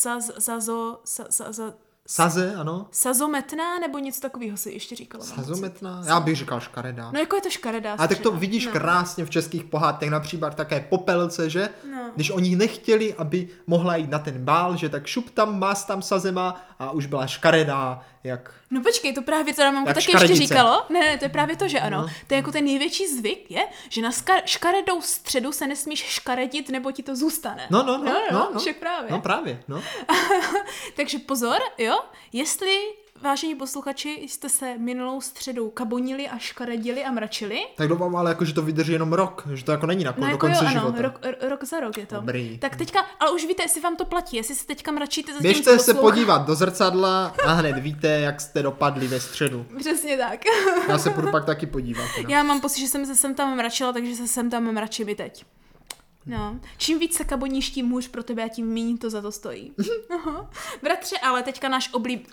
Saze, ano. Sazometná, nebo něco takového se ještě říkalo. Sazometná? Já bych říkal škaredá. No jako je to škaredá. A tak to vidíš krásně v českých pohádkách, například také Popelce, že? No. Když oni nechtěli, aby mohla jít na ten bál, že tak šup tam, más tam sazema a už byla škaredá, jak... No počkej, to právě to nám taky škaredice. ještě říkalo. Ne, to je právě to, že ano. No. To je jako ten největší zvyk, je, že na škaredou středu se nesmíš škaredit, nebo ti to zůstane. No. Však právě. No právě, no. Takže pozor, jo, jestli, vážení posluchači, jste se minulou středu kabonili a škaredili a mračili. Tak doufám, ale jako, že to vydrží jenom rok, že to jako není na do konce života. Rok za rok je to. Dobrý. Tak teďka, ale už víte, jestli vám to platí, jestli se teďka mračíte za tím, běžte se podívat do zrcadla a hned víte, jak jste dopadli ve středu. Přesně tak. Já se budu pak taky podívat. No. Já mám pocit, že jsem se sem tam mračila, takže se sem tam mračím i teď. No. Čím víc se kaboníš, tím hůř pro tebe a tím míň to za to stojí. Bratře, ale teďka náš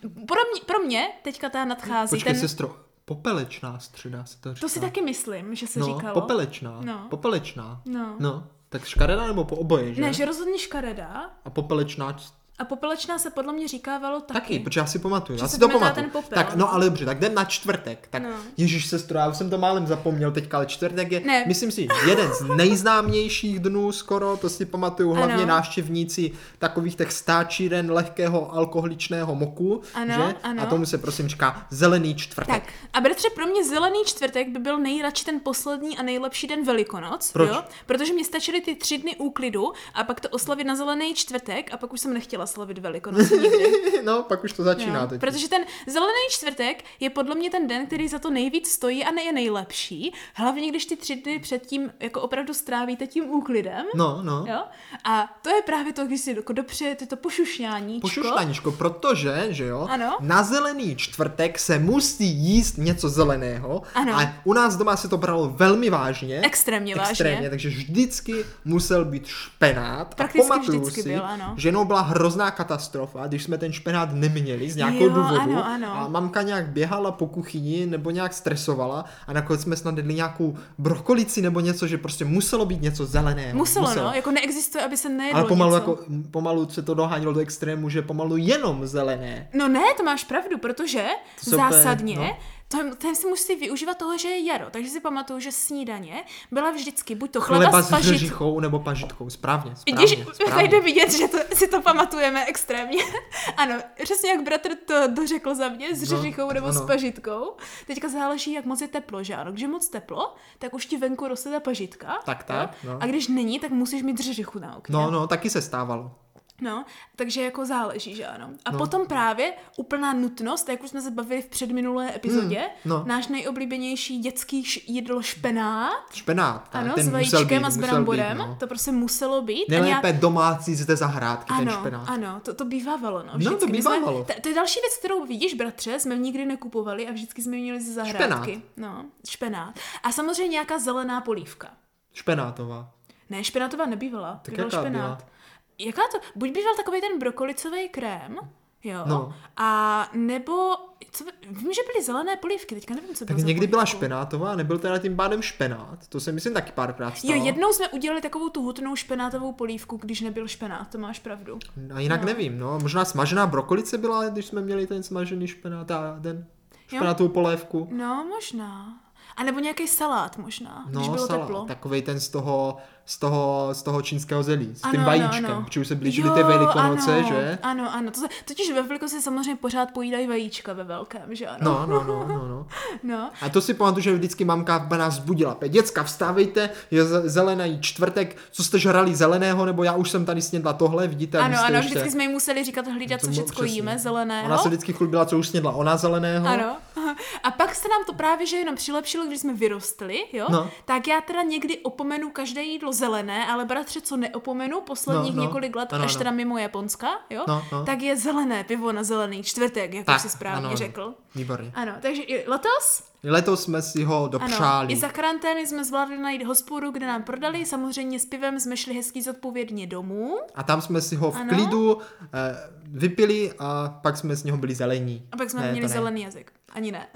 pro mě teďka ta nadchází. Počkej, sestro, popelečná středa se to říká. To si taky myslím, že se říkalo. Popelečná. No. Popelečná. No. Tak škaredá nebo po oboje, že? Ne, že rozhodně škaredá. A popelečná. A popelečná se podle mě říkávalo taky. Protože já si pamatuju. Že já se si to vymetá pamatuju. ten popel. Tak, no ale dobře, tak jdem na čtvrtek. Tak No. Ježíš sestro, já už jsem to málem zapomněl teďka, ale čtvrtek je, myslím si, jeden z nejznámějších dnů skoro, to si pamatuju, hlavně návštěvníci takových těch stáčíren lehkého alkoholičného moku, že? Ano. A tomu se prosím říká zelený čtvrtek. Tak, a bratře, pro mě zelený čtvrtek by byl nejradši ten poslední a nejlepší den Velikonoc. Proč? Jo? Protože mě stačily ty 3 dny úklidu a pak to oslavit na zelený čtvrtek a pak už jsem nechtěla slavit Velikonoc nikdy. No, pak už to začíná teď. Protože ten zelený čtvrtek je podle mě ten den, který za to nejvíc stojí a je nejlepší. Hlavně, když ty 3 dny předtím jako opravdu strávíte tím úklidem. No. Jo? A to je právě to, když si dopřejete to pošušňáníčko. Pošušňáníčko, protože, že jo, ano? na zelený čtvrtek se musí jíst něco zeleného. Ano. A u nás doma se to bralo velmi vážně. Extrémně vážně. Takže vždycky musel být špenát. Prakticky a pamatuju vždycky si, byl, ano. že jenom byla hrozná katastrofa, když jsme ten špenát neměli z nějakého důvodu. Ano. A mamka nějak běhala po kuchyni nebo nějak stresovala a nakonec jsme snad jedli nějakou brokolici nebo něco, že prostě muselo být něco zeleného. Muselo. No, jako neexistuje, aby se nejedlo ale pomalu, něco. jako, pomalu se to dohánilo do extrému, že pomalu jenom zelené. No ne, to máš pravdu, protože zásadně to si musí využívat toho, že je jaro. Takže si pamatuju, že snídaně byla vždycky buď to chleba s pažitkou nebo pažitkou. Správně. Tady jde vidět, že si to pamatujeme extrémně. Ano, přesně jak bratr to dořekl za mě, s řeřichou nebo s pažitkou. Teďka záleží, jak moc je teplo, že ano. Když je moc teplo, tak už ti venku roste ta pažitka. Tak. No. A když není, tak musíš mít řeřichu na okně. No, taky se stávalo. No, takže jako záleží, že ano. A potom právě úplná nutnost, jak už jsme se bavili v předminulé epizodě, náš nejoblíbenější dětský jídlo špenát. Špenát, ano, s vajíčkem a s bramborem. No. To prostě muselo být. Nejlépe domácí ze zahrádky, ten špenát. Ano, to bývávalo, no. No, to bývávalo. To je další věc, kterou vidíš, bratře, jsme nikdy nekupovali a vždycky jsme měli ze zahrádky. Špenát. No, špenát. A samozřejmě nějaká zelená polívka. Špenátová. Ne, špenátová nebývala. Tak býval jaká špenát. byla? Jaká to? Buď býval takový ten brokolicový krém, jo, no. A nebo, vím, že byly zelené polívky, teďka nevím, co bylo. Tak někdy byla špenátová, nebyl teda tím pádem špenát, to se myslím taky párkrát stalo. Jo, jednou jsme udělali takovou tu hutnou špenátovou polívku, když nebyl špenát, to máš pravdu. A jinak nevím, možná smažená brokolice byla, když jsme měli ten smažený špenát a ten špenátovou polévku. No, možná. A nebo nějaký salát možná, když bylo salát, teplo. Takovej ten z toho čínského zelí, s tím vajíčkem, protože už se blížily ty Velikonoce, že? Ano, totiž ve Velikonoce samozřejmě pořád pojídají vajíčka ve velkém, že ano? No. A to si pamatuju, že vždycky mamka nás budila. Děcka, vstávejte, je zelený čtvrtek, co jste žrali zeleného, nebo já už jsem tady snědla tohle, vidíte? Ano, vždycky jsme jí museli říkat, hlídat, co všechno jíme zeleného. Ona se vždycky chlubila, co už snědla ona zeleného. Ano. A pak se nám to právě, že jenom přilepšilo, když jsme vyrostli, jo? No. Tak já teda někdy opomenu každé jídlo zelené, ale bratře, co neopomenu posledních několik let, až teda mimo Japonska, jo? Tak je zelené pivo na zelený čtvrtek, jak už si správně řekl. Výborně. Ano, takže i letos? Letos jsme si ho dopřáli. Ano, i za karantény jsme zvládli najít hospodu, kde nám prodali, samozřejmě s pivem jsme šli hezky zodpovědně domů. A tam jsme si ho v klidu vypili a pak jsme z něho byli zelení. A pak jsme měli zelený jazyk. Ani ne.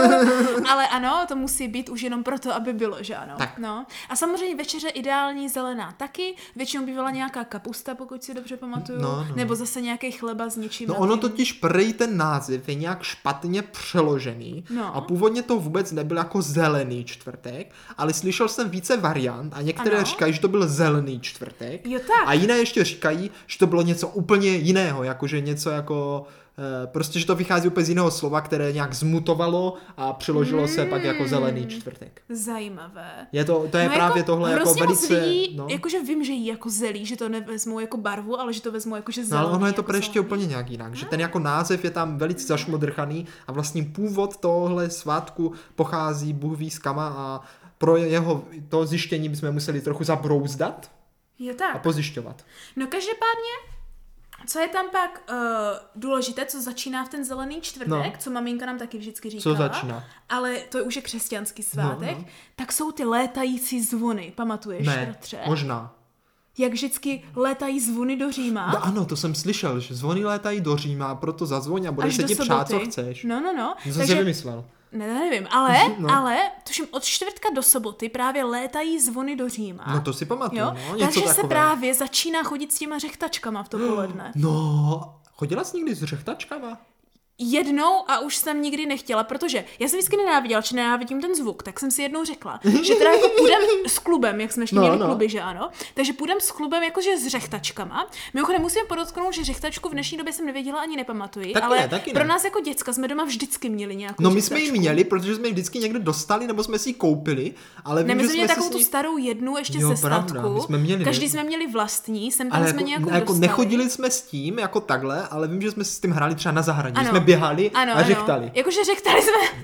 Ale ano, to musí být už jenom proto, aby bylo, že ano. Tak. No. A samozřejmě večeře ideální zelená taky. Většinou bývala nějaká kapusta, pokud si dobře pamatuju. Nebo zase nějaký chleba s něčím. No ono totiž prej ten název je nějak špatně přeložený. A původně to vůbec nebyl jako zelený čtvrtek, ale slyšel jsem více variant a některé říkají, že to byl zelený čtvrtek. Jo, tak. A jiné ještě říkají, že to bylo něco úplně jiného, jakože něco jako... Prostě, že to vychází úplně z jiného slova, které nějak zmutovalo a přeložilo se pak jako zelený čtvrtek. Zajímavé. To je právě tohle jako velice... Lidí, jakože vím, že jí jako zelí, že to nevezmou jako barvu, ale že to vezmou jakože zelený. No ale ono je to jako ještě úplně nějak jinak, že ten jako název je tam velice zašmodrchaný a vlastně původ tohle svátku pochází Bůh ví z kama a pro jeho to zjištění bychom museli trochu zabrouzdat a pozjišťovat. No každopádně co je tam pak důležité, co začíná v ten zelený čtvrtek, co maminka nám taky vždycky říkala, co začíná? Ale to už je křesťanský svátek, tak jsou ty létající zvony, pamatuješ, bratře? Možná. Jak vždycky létají zvony do Říma. No ano, to jsem slyšel, že zvony létají do Říma, proto zazvoň a budeš se ti přát, co chceš. No. Co jsi vymyslel? Nevím, ale tuším od čtvrtka do soboty právě létají zvony do Říma. No to si pamatuju, něco takže takové. Se právě začíná chodit s těma řechtačkama v to poledne. No, chodila jsi někdy s řechtačkama? Jednou a už jsem nikdy nechtěla, protože já jsem vždycky nenáviděla, či nenávidím ten zvuk, tak jsem si jednou řekla, že teda jako půjdem s klubem, jak jsme ještě měli kluby, že ano, takže půjdem s klubem jakože s řechtačkama. Mimochodem musím podotknout, že řechtačku v dnešní době jsem nevěděla ani nepamatuji, ale pro nás jako děcka jsme doma vždycky měli nějakou řechtačku. My jsme ji měli, protože jsme ji vždycky někde dostali, nebo jsme si ji koupili, ale vím, my že jsme měli takovou tu starou jednu ještě ze statku. Každý jsme měli vlastní, sem tam jsme nějakou dostali. Nechodili jsme s tím jako takhle, ale vím, že jsme s tím hráli třeba na zahradě, jsme běhali a řechtali. Jakože řechtali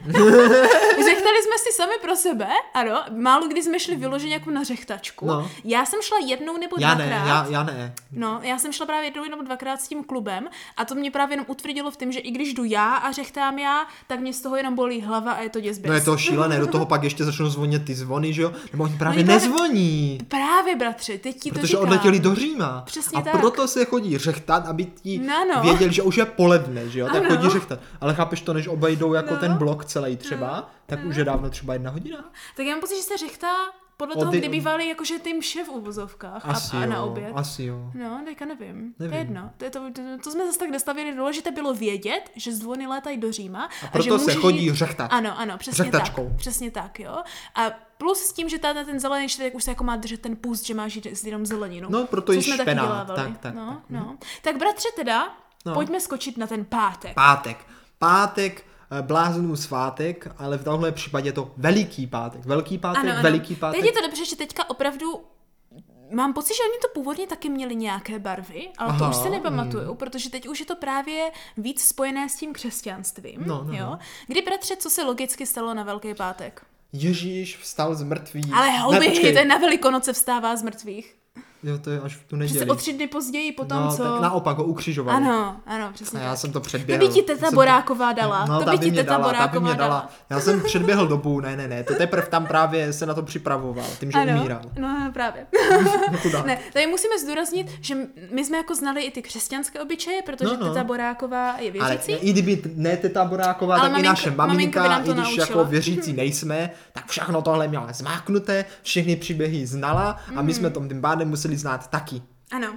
jsme si sami pro sebe, ano, málo kdy jsme šli vyloženě jako na řechtačku. No. Já jsem šla jednou nebo dvakrát. Já ne. No, já jsem šla právě jednou nebo dvakrát s tím klubem a to mě právě jenom utvrdilo v tom, že i když jdu já a řechtám já, tak mě z toho jenom bolí hlava a je to děsběs. No je to šílené, do toho pak ještě začnou zvonit ty zvony, že jo? Nebo oni právě nezvoní. Právě, bratře, teď ti to protože říkám. odletěli do Říma. Přesně a tak. proto se chodí řechtat, aby ti věděli, že už je poledne, že jo? Tak chodí řechtat. Ale chápeš to, než obejdou jako ten blok celý třeba, tak už je dávno třeba 1 hodina. Tak já mám pocit, že se řechtá podle toho, kdy bývaly jakože ty mše v uvozovkách a na oběd. Asi jo. No, teďka nevím. To je jedno. To jsme zase tak dostavili. Důležité bylo vědět, že zvony létají do Říma. A proto že se chodí řechtat. Ano, přesně tak. Přesně tak, jo. A plus s tím, že ten zelený čtvrtek už se jako má držet ten půst, že máš jít jenom zeleninu. No, proto jí špenát. Tak. Tak bratře teda, pojďme skočit na ten pátek. Pátek, bláznův svátek, ale v tomhle případě je to veliký pátek. Velký pátek, ano. veliký pátek. Teď je to dobře, že teďka opravdu mám pocit, že oni to původně taky měli nějaké barvy, ale to už se nepamatuju, protože teď už je to právě víc spojené s tím křesťanstvím. Jo? Kdy, bratře, co se logicky stalo na Velký pátek? Ježíš vstal z mrtvých. Ale houby, to je na Velikonoce vstává z mrtvých. Jo, to je až v tu neděli. Přece o 3 dny později potom, co... Tak naopak ho ukřižovali. Ano, přesně. A já jsem to předběhl. To by ti teta Boráková dala. No, ta by mě dala. Já jsem předběhl dobu, ne. To teprve tam právě se na to připravoval, tím, že umíral. No, právě. Ne, tady musíme zdůraznit, že my jsme jako znali i ty křesťanské obyčeje, protože teta Boráková je věřící. Ale i kdyby ne teta Boráková, tak i naše maminka, i když jako věřící nejsme, tak všechno tohle měla zmáknuté, všechny příběhy znala a my jsme tím pádem museli znát taky. Ano. Tak.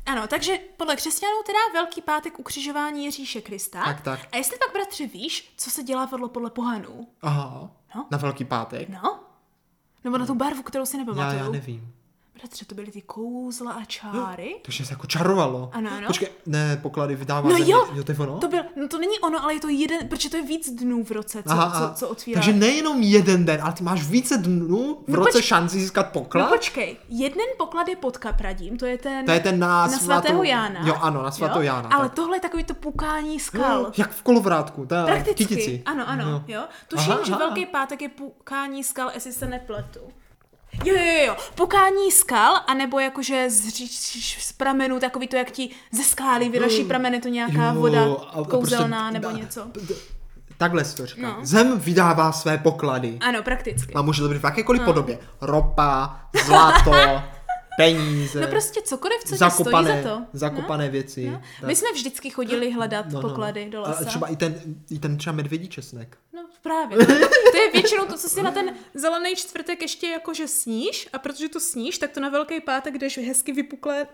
Ano, takže podle křesťanů teda Velký pátek ukřižování Ježíše Krista. Tak. A jestli tak, bratře, víš, co se dělá podle pohanů? Aha, no? Na Velký pátek? No, nebo na tu barvu, kterou si nepamatuju. Já nevím. Bratře, to byly ty kouzla a čáry. Takže se jako čarovalo. Ano. Počkej, ne, poklady vydává No země. jo, to je ono? To není ono, ale je to jeden, protože to je víc dnů v roce, co otvírá. Takže nejenom jeden den, ale ty máš více dnů v roce šanci získat poklad? No počkej, jeden poklad je pod Kapradím, to je ten na svatého Jána. Jo, ano, na svatého Jána. Ale tohle je takový to pukání skal. Jak v Kolovrátku, prakticky. Kytici. Ano, jo. Tuším, že Velký pátek je pukání skal, jestli se nepletu. Jo. Pukání skal, anebo jakože z pramenů, takový to, jak ti ze skály vyraší prameny, to nějaká voda kouzelná nebo něco. Takhle si to říká. No. Zem vydává své poklady. Ano, prakticky. A může to být v jakékoliv podobě. Ropa, zlato, peníze. No prostě cokoliv, co ti stojí za to. Zakopané věci. No. My jsme vždycky chodili hledat poklady do lesa. A třeba i ten třeba medvědí česnek. No právě. To je většinou to, co si na ten zelený čtvrtek ještě jakože sníš, a protože to sníš, tak to na Velký pátek jdeš hezky vypuklé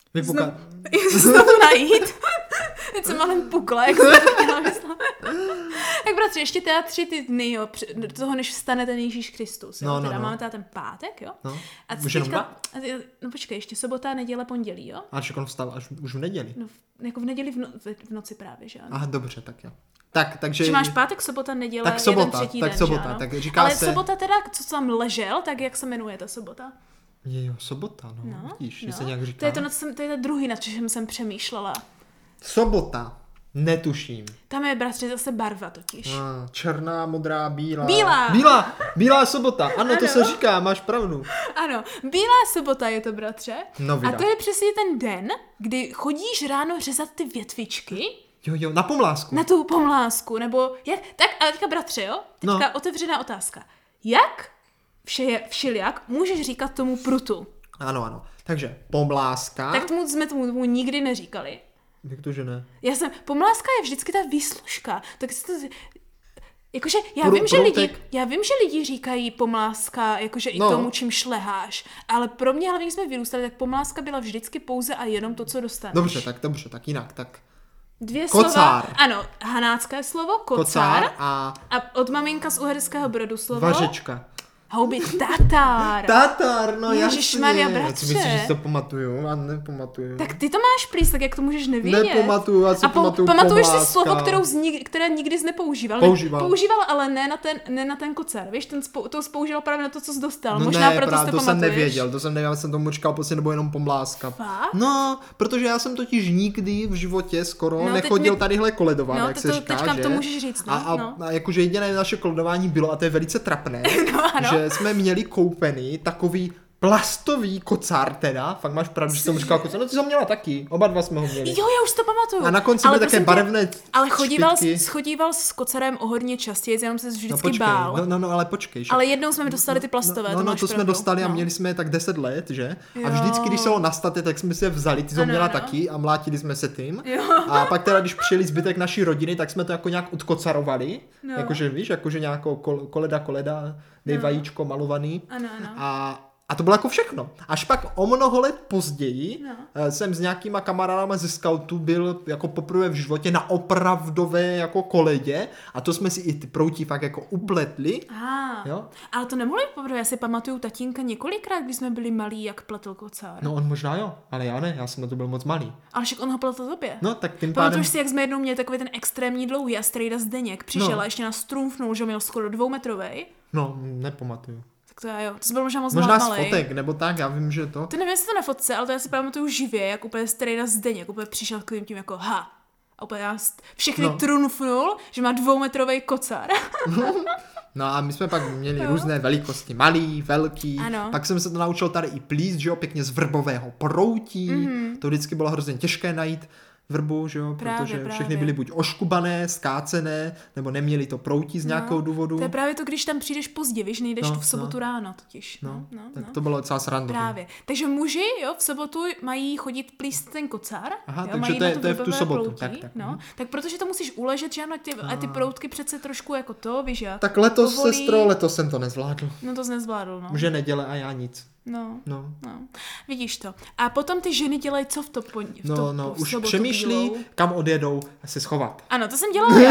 znovu najít. Teď jsem malem pukla, jak jsem to chtěla myslet. Tak bratře, ještě teda 3 ty dny, jo, do toho, než vstane ten Ježíš Kristus. Jo? Máme teda ten pátek, jo. No. A no počkej, ještě sobota, neděle, pondělí, jo. A on vstal až už v neděli. No, jako v neděli v noci právě, že ano. Aha, dobře, tak jo. Takže že máš pátek, sobota, neděle, tak sobota, jeden třetí tak den, sobota, že tak říká ale se... sobota teda, co tam ležel, tak jak se jmenuje ta sobota? Jo, sobota, vidíš, že se nějak říká. To je ta druhý, nad čem jsem přemýšlela. Sobota, netuším. Tam je, bratře, zase barva totiž. Černá, modrá, bílá. Bílá sobota, ano, to se říká, máš pravdu. Ano, bílá sobota je to, bratře. A to je přesně ten den, kdy chodíš ráno řezat ty větvičky. Jo, na pomlásku. Na tu pomlásku, nebo jak? Tak, ale teďka, bratře, jo? Teďka otevřená otázka. Jak všelijak můžeš říkat tomu prutu? Ano. Takže pomláska. Tak jsme tomu nikdy neříkali. Jak to, že ne? Pomláska je vždycky ta výslužka. Tak si to... Jakože, já vím, že lidi říkají pomláska, jakože i tomu, čím šleháš. Ale pro mě, hlavně, když jsme vyrůstali, tak pomláska byla vždycky pouze a jenom to, co dostaneš. Dobře, tak jinak, tak... 2 kocár. Slova, ano, hanácké slovo, kocár a od maminka z Uherského Brodu slovo... Vařečka. Houby, tatár. Tatár, no jasně. Ježišmarja, bratře. Já si myslím, že si to pamatuju, já nepamatuju. Tak ty to máš prýs, tak jak to můžeš nevědět? Nepamatuju, já si pamatuju pamatuješ pomláska. si slovo, které nikdy jsi nepoužíval. Používal, ale ne na ten kocár, víš, to jsi používal právě na to, co jsi dostal. No možná ne, proto právě, to jsem nevěděl, já jsem tomu říkal prostě, nebo jenom pomláska. Fakt? No, protože já jsem totiž nikdy v životě skoro nechodil tadyhle koledovat, jak se říká, teďka že? To můžeš říct, a jakože jediné naše koledování bylo, a to je velice trapné, že jsme měli koupený takový plastový kocár teda, fakt máš pravdu, že jsem říkal kocár, no ty jsi ho měla taky, oba dva jsme ho měli. Jo, já už to pamatuju. A na konci byly také barevné ale chodíval s kocarem o hodně častěji, jenom se vždycky bál. No, ale počkej. Ale jednou jsme mi dostali ty plastové, to jsme dostali a měli jsme je tak 10 let, že? Jo. A vždycky, když se ho nastate, tak jsme si je vzali, ty jsi ho měla taky a mlátili jsme se tím. Jo. A pak teda, když přijeli zbytek naší rodiny, tak jsme to jako nějak odkocarovali, jakože víš, jakože nějakou koleda, dej vajíčko malovaný. Ano. A to bylo jako všechno. Až pak o mnoho let později jsem s nějakýma kamarádama ze scoutu byl jako poprvé v životě na opravdové jako koledě a to jsme si i ty proutí fakt jako upletli. Jo? Ale to nemohli poprvé, já si pamatuju tatínka několikrát, když jsme byli malí, jak pletl kocár. No on možná jo, ale já ne, já jsem na to byl moc malý. Ale však on ho pletl tobě. No tak tím pádem... Pamatuješ si, jak jsme jednou měli takový ten extrémní dlouhý a strejda Zdeněk přišel a ještě nás trumfnul, že měl skoro 2metrovej. No, nepamatuju. To byl možná moc možná malej. Z fotek, nebo tak, já vím, že to... To nevím, jestli to na fotce, ale to já si pamatuju živě, jak úplně strejda Zdeněk, úplně přišel takovým tím jako ha. A úplně všechny trunfnul, že má 2metrovej kocár. No a my jsme pak měli různé velikosti, malý, velký, pak jsem se to naučil tady i plíst, že jo, pěkně z vrbového proutí, to vždycky bylo hrozně těžké najít vrbu, že jo, protože všechny byly buď oškubané, skácené, nebo neměli to proutí z nějakého důvodu. To je právě to, když tam přijdeš pozdě, víš, nejdeš v sobotu ráno totiž. Tak to bylo docela srandovné. Právě. Takže muži, jo, v sobotu mají chodit plíst ten kocár. Aha, jo, takže to je v tu sobotu. Tak protože to musíš uležet, že ano, ty proutky přece trošku jako to, víš jak. Tak letos, sestro, letos jsem to nezvládl. No to jsi nezvládl, no. Že neděle a já nic. No. Vidíš to. A potom ty ženy dělají co v to už přemýšlí, kam odjedou se schovat. Ano, to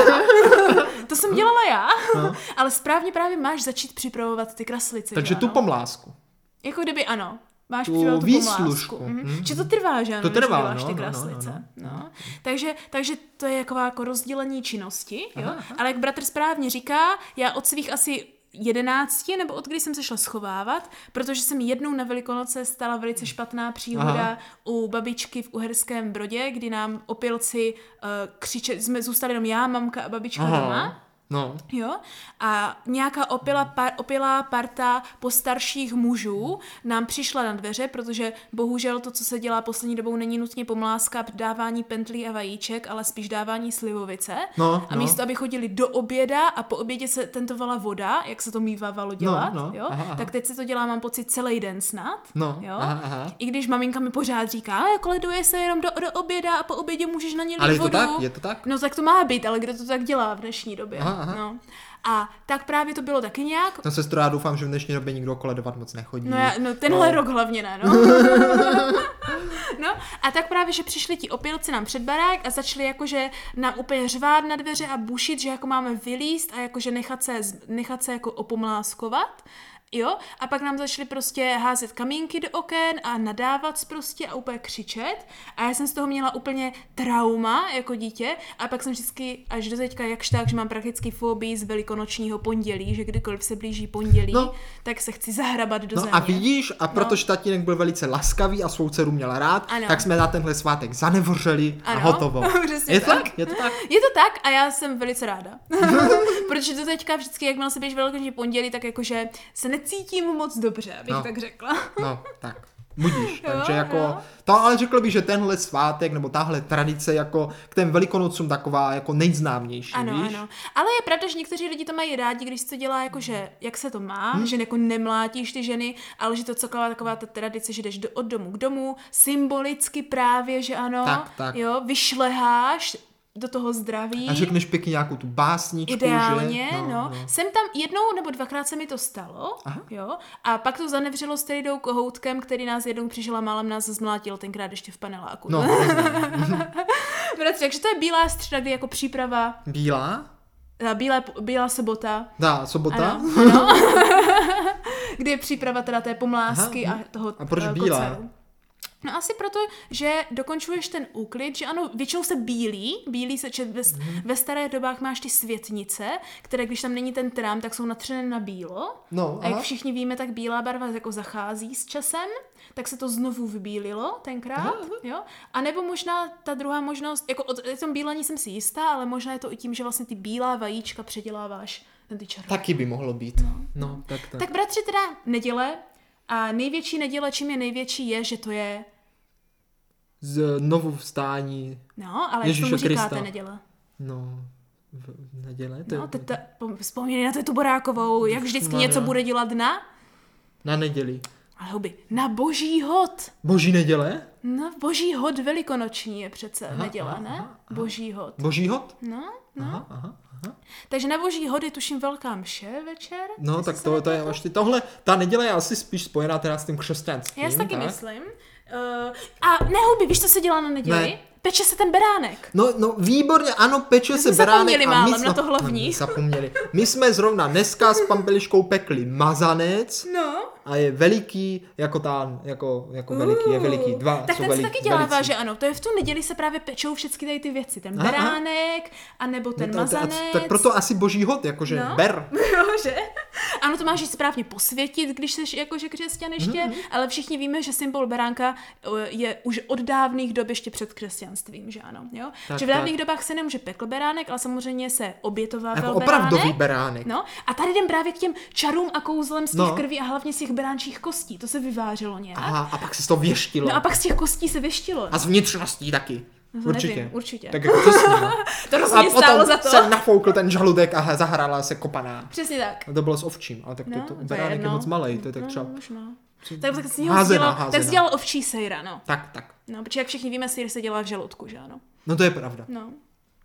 jsem dělala já. No. Ale správně právě máš začít připravovat ty kraslice. Takže tu pomlásku. Jako kdyby ano. Máš připravovat tu pomlásku. Že to trvá, že ano? To trvá, ty kraslice. No. Takže to je jako rozdělení činnosti. Jo? Aha. Ale jak bratr správně říká, já od svých asi 11, nebo od kdy jsem se šla schovávat, protože jsem jednou na Velikonoce stala velice špatná příhoda u babičky v Uherském Brodě, kdy nám opilci křičeli, jsme zůstali jenom já, mamka a babička doma. No. Jo? A nějaká opilá parta postarších mužů nám přišla na dveře, protože bohužel to, co se dělá poslední dobou, není nutně pomláska dávání pentlí a vajíček, ale spíš dávání slivovice. A místo, aby chodili do oběda a po obědě se tentovala voda, jak se to mívávalo dělat, jo? Tak teď se to dělá, mám pocit, celý den snad. Jo? I když maminka mi pořád říká, koleduje se jenom do oběda a po obědě můžeš na ně lít vodu. Ale je to tak? No tak to má být, ale kdo to tak dělá v dnešní době? No. A tak právě to bylo taky nějak. No sestro, já doufám, že v dnešní době nikdo koledovat moc nechodí. No tenhle rok hlavně ne, no. No a tak právě, že přišli ti opilci nám před barák a začali jakože nám úplně řvát na dveře a bušit, že jako máme vylízt a jakože nechat se jako opomláskovat. Jo, a pak nám začali prostě házet kamínky do oken a nadávat prostě a úplně křičet a já jsem z toho měla úplně trauma jako dítě a pak jsem vždycky až do teďka jakž tak, že mám prakticky fobii z velikonočního pondělí, že kdykoliv se blíží pondělí, tak se chci zahrabat do země. A vidíš, a protože tatínek byl velice laskavý a svou dceru měla rád, tak jsme na tenhle svátek zanevořili a hotovo. Je to tak? Je to tak a já jsem velice ráda. Protože do teďka vždycky, jakmile se blíží velikonoční pondělí, tak jakože se necítím moc dobře, abych tak řekla. No, tak. Budíš. Takže jako, to ale řekl bych, že tenhle svátek nebo tahle tradice jako k těm Velikonocům taková jako nejznámější, víš? Ano. Ale je pravda, že někteří lidi to mají rádi, když se to dělá jakože, jak se to má, že jako nemlátíš ty ženy, ale že to taková ta tradice, že jdeš od domu k domu, symbolicky právě, že ano, tak. Jo, vyšleháš do toho zdraví. A řekneš pěkně nějakou tu básničku, ideálně, že? No. Jsem tam jednou nebo dvakrát se mi to stalo, jo, a pak to zanevřelo s Tejdou Kohoutkem, který nás jednou přišel a málem nás zmlátil, tenkrát ještě v paneláku. No, takže to je bílá středa, kdy jako příprava. Bílá? Bílá sobota. Sobota? Ano. Kdy je příprava teda té pomlásky a toho a proč bílá? koceru. No asi proto, že dokončuješ ten úklid, že ano, většinou se bílí se, ve staré dobách máš ty světnice, které když tam není ten trám, tak jsou natřené na bílo. A jak všichni víme, tak bílá barva jako zachází s časem, tak se to znovu vybílilo tenkrát, jo. A nebo možná ta druhá možnost, jako o tom bílení jsem si jistá, ale možná je to i tím, že vlastně ty bílá vajíčka předěláváš na ty červené. Taky by mohlo být. No, tak. Tak bratři, teda neděle. A největší neděle, čím je největší, je, že to je znovu vstání ale jak tomu říkáte neděle? No, neděle? Vzpomínej na tu Borákovou, jak vždycky něco bude dělat na neděli. Ale huby, na Boží hod. Boží neděle? No, Boží hod velikonoční je přece neděle, ne? Boží hod. Boží hod? No. Aha. Takže na Boží hod je tuším velká mše večer. No, tak to je vlastně tohle, ta neděle je asi spíš spojená teda s tím křesťanstvím. Já si taky myslím. A nehuby, víš, co se dělá na neděli? Ne. Peče se ten beránek. No výborně, ano, peče se beránek. Málem na to hlavní. Zapomněli. My jsme zrovna dneska s Pampeliškou pekli mazanec. No. A je veliký, jako veliký, je veliký, dva tak jsou ten veliký. Se taky dělává, že ano, to je v tu neděli se právě pečou všechny tady ty věci, ten beránek, anebo ten mazanec. Tak proto asi Boží hod, jakože ber. Že? Ano, to máš správně posvětit, když jsi jakože křesťan ještě, ale všichni víme, že symbol beránka je už od dávných dob ještě před křesťanstvím, že ano, jo? Že v dávných dobách se nemůže pekl beránek, ale samozřejmě se obětovával jako opravdový beránek. No, a tady jdem právě k těm čarům a kouzlem z těch krví a hlavně z těch beránčích kostí, to se vyváželo nějak. Aha, a pak se to věštilo. No a pak z těch kostí se věštilo. A z vnitřností taky. No, určitě. Tak jako přesně. To rozhodně stálo za to. A potom se nafoukl ten žaludek a zahrála se kopaná. Přesně tak. A to bylo s ovčím, ale tak to beránek je moc malej, to je tak třeba... Tak z něho dělal ovčí sejra, no. Tak. No, protože jak všichni víme, sejr se dělá v žaludku, že ano. No to je pravda. No.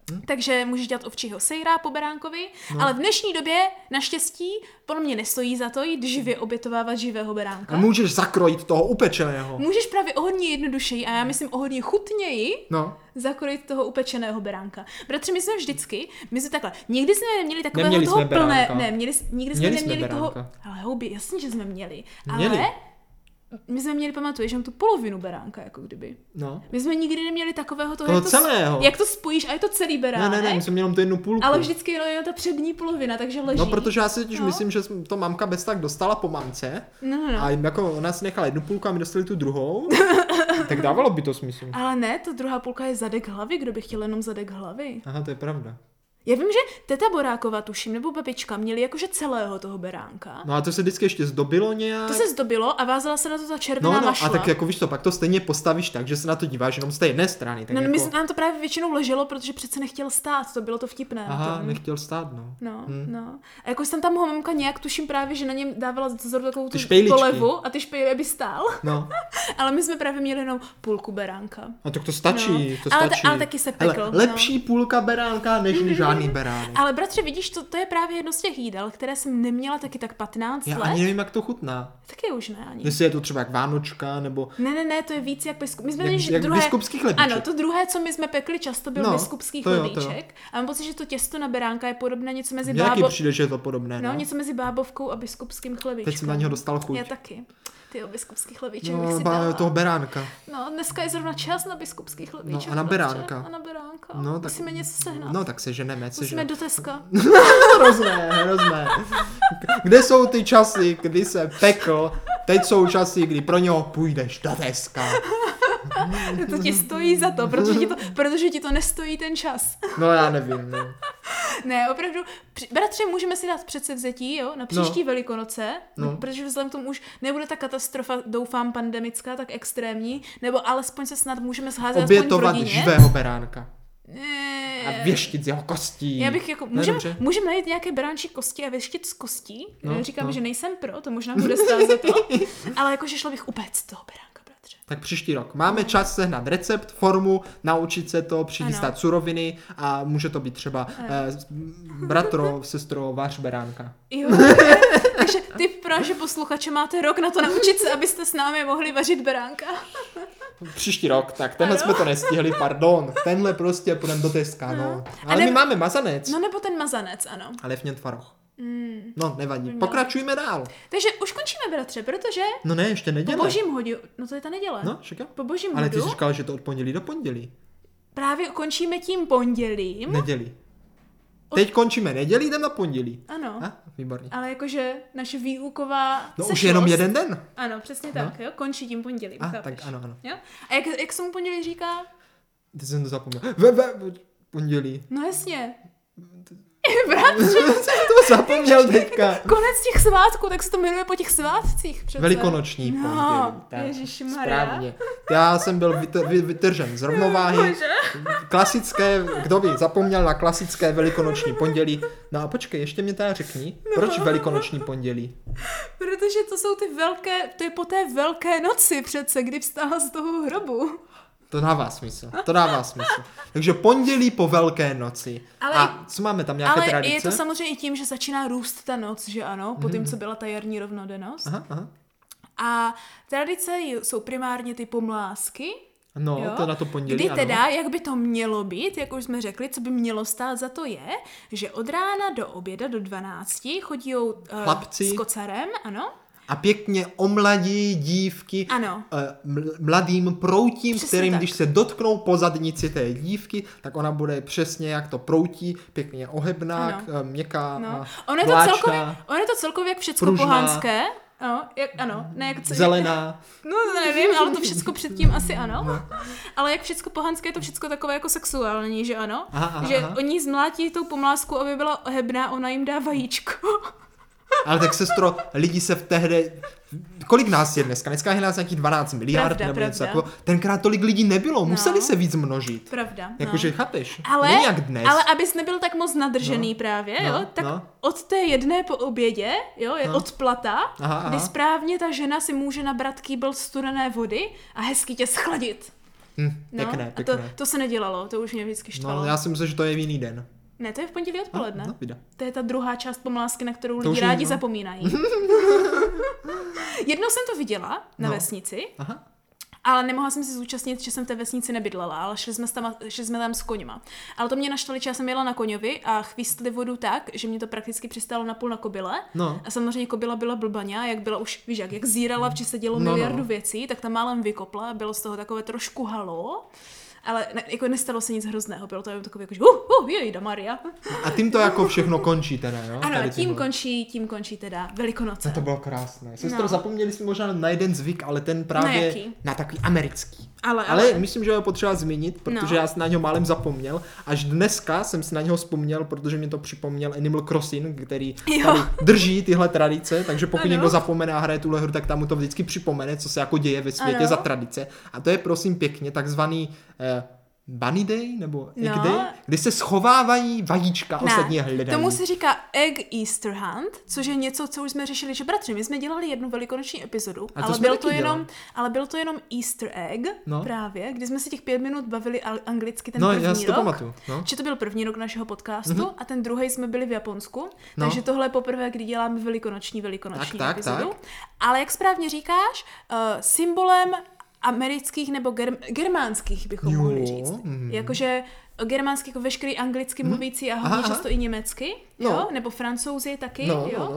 Takže můžeš dělat ovčího sejra po beránkovi, ale v dnešní době naštěstí podle mě nestojí za to jít živě obětovávat živého beránka. A můžeš zakrojit toho upečeného. Můžeš právě o hodně jednodušeji a já myslím o hodně chutněji zakrojit toho upečeného beránka. Protože my jsme takhle, nikdy jsme neměli takového toho plné, nikdy jsme neměli toho, ale houby, jasně, že jsme měli. Ale my jsme měli, pamatuješ, jenom tu polovinu beránka, jako kdyby. No. My jsme nikdy neměli takového toho, celého. Jak to spojíš a je to celý beránek. Ne, my jsme měli jenom tu jednu půlku. Ale vždycky jenom ta přední polovina, takže leží. No, protože já si totiž myslím, že to mamka bez tak dostala po mamce. A jako ona si nechala jednu půlku a my dostali tu druhou. Tak dávalo by to smysl. Ale ne, ta druhá půlka je zadek hlavy, kdo by chtěl jenom zadek hlavy. Aha, to je pravda. Já vím, že teta Boráková, tuším, nebo babička, měli jakože celého toho beránka. No a to se vždycky ještě zdobilo nějak. To se zdobilo a vázala se na to ta červená mašla. A tak jako víš to, pak to stejně postavíš tak, že se na to díváš jenom z té jedné strany. Tak nám to právě většinou leželo, protože přece nechtěl stát, to bylo to vtipné. Aha, nechtěl stát, No. A jako jsem tam ho mamka nějak, tuším právě, že na něm dávala za takovou tu špejličky. polevu a ty špejly, aby stál. No. Ale my jsme právě měli jenom půlku beránka. A tak to stačí, Ale taky se pekl. Ale lepší půlka beránka, než žádný beránek. Ale bratře, vidíš, to je právě jedno z těch jídel, které jsem neměla taky tak 15 let. Já ani nevím, jak to chutná. Taky už ne ani. Jestli je to třeba jak vánočka, nebo... Ne, to je víc jak biskupský. My jsme jak biskupský chlebíček. Ano, to druhé, co my jsme pekli často, byl biskupský chlebíček. A mám pocit, že to těsto na beránka je podobné něco mezi Jaký přijde, že je to podobné, no, něco mezi bábovkou a biskupským chlebíčkem. Teď jsem na něho dostal chuť. Já taky. Tyjo, biskupský chlebíček bych si dala. Toho beránka. No, dneska je zrovna čas na biskupský chlebíček. No, a na beránka. No, musíme něco sehnat. No, tak seženeme. Musíme do Teska. Hrozné. Kde jsou ty časy, kdy se pekl? Teď jsou časy, kdy pro něho půjdeš do Teska. To ti stojí za to, protože ti to nestojí ten čas. No, já nevím. No. Ne, opravdu, bratře, můžeme si dát předsevzetí, na příští Velikonoce, protože vzhledem k tomu už nebude ta katastrofa, doufám, pandemická, tak extrémní, nebo alespoň se snad můžeme scházet aspoň v rodině. Obětovat živého beránka. A věštit z jeho kostí. Já bych jako, můžeme najít nějaké beránčí kosti a věštit z kostí. Říkám, že nejsem pro, to možná bude stát za to, ale jakože šla bych upéct toho beránka. Tak příští rok. Máme čas sehnat recept, formu, naučit se to, přichystat suroviny a může to být třeba bratro, sestro, váš beránka. Jo, takže tip pro naše posluchače, máte rok na to naučit se, abyste s námi mohli vařit beránka. Příští rok, tak tenhle jsme to nestihli, pardon. Tenhle prostě půjdeme do Teska, no. Ale my máme mazanec. No nebo ten mazanec, ano. Ale v něm tvaroh. No, nevadí. Pokračujme dál. Takže už končíme, bratře, protože... No ne, ještě neděle. Po božím hodu... No to je ta neděle. No, čekaj. Po božím hodu... Ale ty jsi říkal, že to od pondělí do pondělí. Právě končíme tím pondělím. Nedělí. Teď končíme nedělí, jdem na pondělí. Ano. Výborně. Ale jakože naše výuková sešlost... už jenom jeden den. Ano, přesně tak, jo. Končí tím pondělím, tak ano. Jo? A jak se mu pondělí říká? Ty jsem to zapomněl. Pondělí. No jasně. Bratře, jsem to zapomněl teďka. Konec těch svátků, tak se to jmenuje po těch svátcích přece. Velikonoční pondělí. Ježišmarja. Správně. Já jsem byl vytržen z rovnováhy. Klasické, kdo by zapomněl na klasické velikonoční pondělí. No a počkej, ještě mě teda řekni, proč velikonoční pondělí? Protože to jsou to je po té velké noci přece, kdy vstala z toho hrobu. To dává smysl. Takže pondělí po Velké noci. A co máme tam, nějaké tradice? Ale je to samozřejmě i tím, že začíná růst ta noc, že ano, po tím, co byla ta jarní rovnodennost. Aha. A tradice jsou primárně ty pomlásky. No, jo? to na to pondělí, kdy teda, jak by to mělo být, jak už jsme řekli, co by mělo stát za to je, že od rána do oběda do 12 chodí chlapci s kocarem, ano. A pěkně omladí dívky mladým proutím, přesně kterým, tak. Když se dotknou po zadnici té dívky, tak ona bude přesně jak to proutí, pěkně ohebná, měkká, ono je to celkově jak všecko pružná, pohanské. Zelená. No nevím, ale to všecko předtím asi ano. No. Ale jak všecko pohanské, je to všecko takové jako sexuální, že ano? Aha. Oni zmlátí tou pomlásku, aby byla ohebná, ona jim dá vajíčko. Ale tak sestro, lidi se v tehdy... Kolik nás je dneska? Dneska je nás nějakých 12 miliard nebo něco takového. Tenkrát tolik lidí nebylo, museli se víc množit. Pravda. Jakože chápeš? Ale, jak dnes. Ale abys nebyl tak moc nadržený právě, tak od té jedné po obědě, je odplata, kdy správně ta žena si může nabrat kýbl studené vody a hezky tě schladit. Pěkné. A to se nedělalo, to už mě vždycky štvalo. No, já si myslím, že to je v jiný den. Ne, to je v pondělí odpoledne. No, to je ta druhá část pomlásky, na kterou lidi rádi zapomínají. Jednou jsem to viděla na vesnici, ale nemohla jsem si zúčastnit, že jsem v té vesnici nebydlela, ale šli jsme tam s koněma. Ale to mě naštvalo, že já jsem jela na koňovi a chvístli vodu tak, že mě to prakticky přistálo napůl na kobyle. No. A samozřejmě kobila byla blbaňa, jak byla už, víš jak zírala, že se dělo miliardu věcí, tak tam málem vykopla a bylo z toho takové trošku halo. Ale jako nestalo se nic hrozného, bylo to jenom takové jako, že jejda Maria. A tím to jako všechno končí teda, jo? Ano, tím končí teda Velikonoce. To bylo krásné. Sestro, zapomněli jsme možná na jeden zvyk, ale ten právě na takový americký. Ale myslím, že ho potřeba zmínit, protože já jsem na něho málem zapomněl. Až dneska jsem si na něho vzpomněl, protože mě to připomněl Animal Crossing, který drží tyhle tradice, takže pokud někdo zapomene a hraje tuhle hru, tak tam mu to vždycky připomene, co se jako děje ve světě za tradice. A to je prosím pěkně takzvaný Bunny Day nebo Egg Day, kdy se schovávají vajíčka ostatní hledají. Tomu se říká Egg Easter Hunt, což je něco, co už jsme řešili, že bratři, my jsme dělali jednu velikonoční epizodu, ale byl to jenom Easter Egg právě, kdy jsme si těch 5 minut bavili anglicky ten první já si to pamatuju. Že to byl první rok našeho podcastu a ten druhý jsme byli v Japonsku, takže tohle je poprvé, kdy děláme velikonoční epizodu. Ale jak správně říkáš, symbolem amerických nebo germánských bychom mohli říct. Jakože germánský jako veškerý anglicky mluvící a hodně často i německy, jo? Nebo Francouzi taky, jo?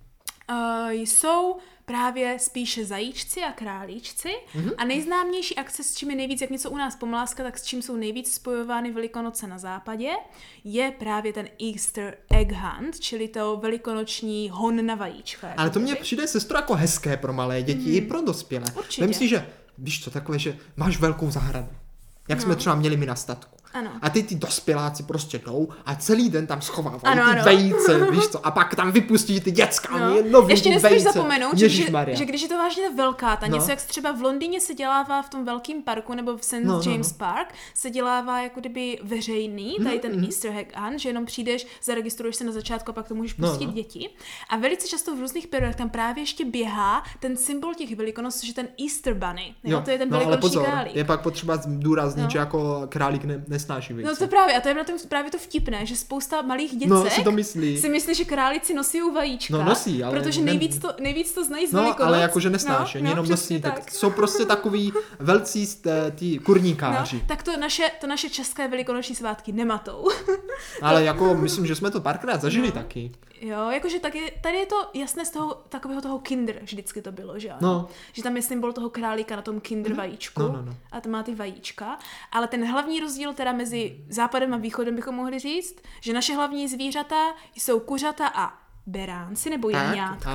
Jsou právě spíše zajíčci a králíčci a nejznámější akce, s čím je nejvíc, jak něco u nás pomláska, tak s čím jsou nejvíc spojovány Velikonoce na západě, je právě ten Easter Egg Hunt, čili to velikonoční hon na vajíčka. Ale to mně přijde, sestro, jako hezké pro malé děti i pro dospělé. Vem si, že víš co, takové, že máš velkou zahradu, jak jsme třeba měli my na statku. Ano. A ty děcpěláci prostě jdou a celý den tam schovávají ty vejce, víš co, a pak tam vypustí ty děcka. Ještě nesmíš zapomenout, že když je to vážně velká ta něco, jak třeba v Londýně se dělává v tom velkém parku nebo v St. James Park, se dělává jako kdyby veřejný, tady ten Easter Egg Hunt, že jenom přijdeš, zaregistruješ se na začátku a pak to můžeš pustit děti. A velice často v různých periodách tam právě ještě běhá ten symbol těch Velikonoc, že ten Easter Bunny. To je ten velikonoční králík. Je pak potřeba zdůraznit, že jako králík nesnáší věci. No to právě, a to je na tom právě to vtipné, že spousta malých děcek si myslí, že králíci nosí vajíčka, nosí, ale protože nejvíc to znají z Velikonoc. Ale jakože nesnáší, jenom nosí, tak jsou prostě takový velcí tí kurníkáři. Tak to naše české velikonoční svátky nematou. Ale jako myslím, že jsme to párkrát zažili taky. Jo, jakože tady je to jasné z toho takového toho kinder, vždycky to bylo, že ano? Že tam je symbol toho králíka na tom kinder vajíčku a to má ty vajíčka, ale ten hlavní rozdíl teda mezi západem a východem bychom mohli říct, že naše hlavní zvířata jsou kuřata a beránci nebo jehňátka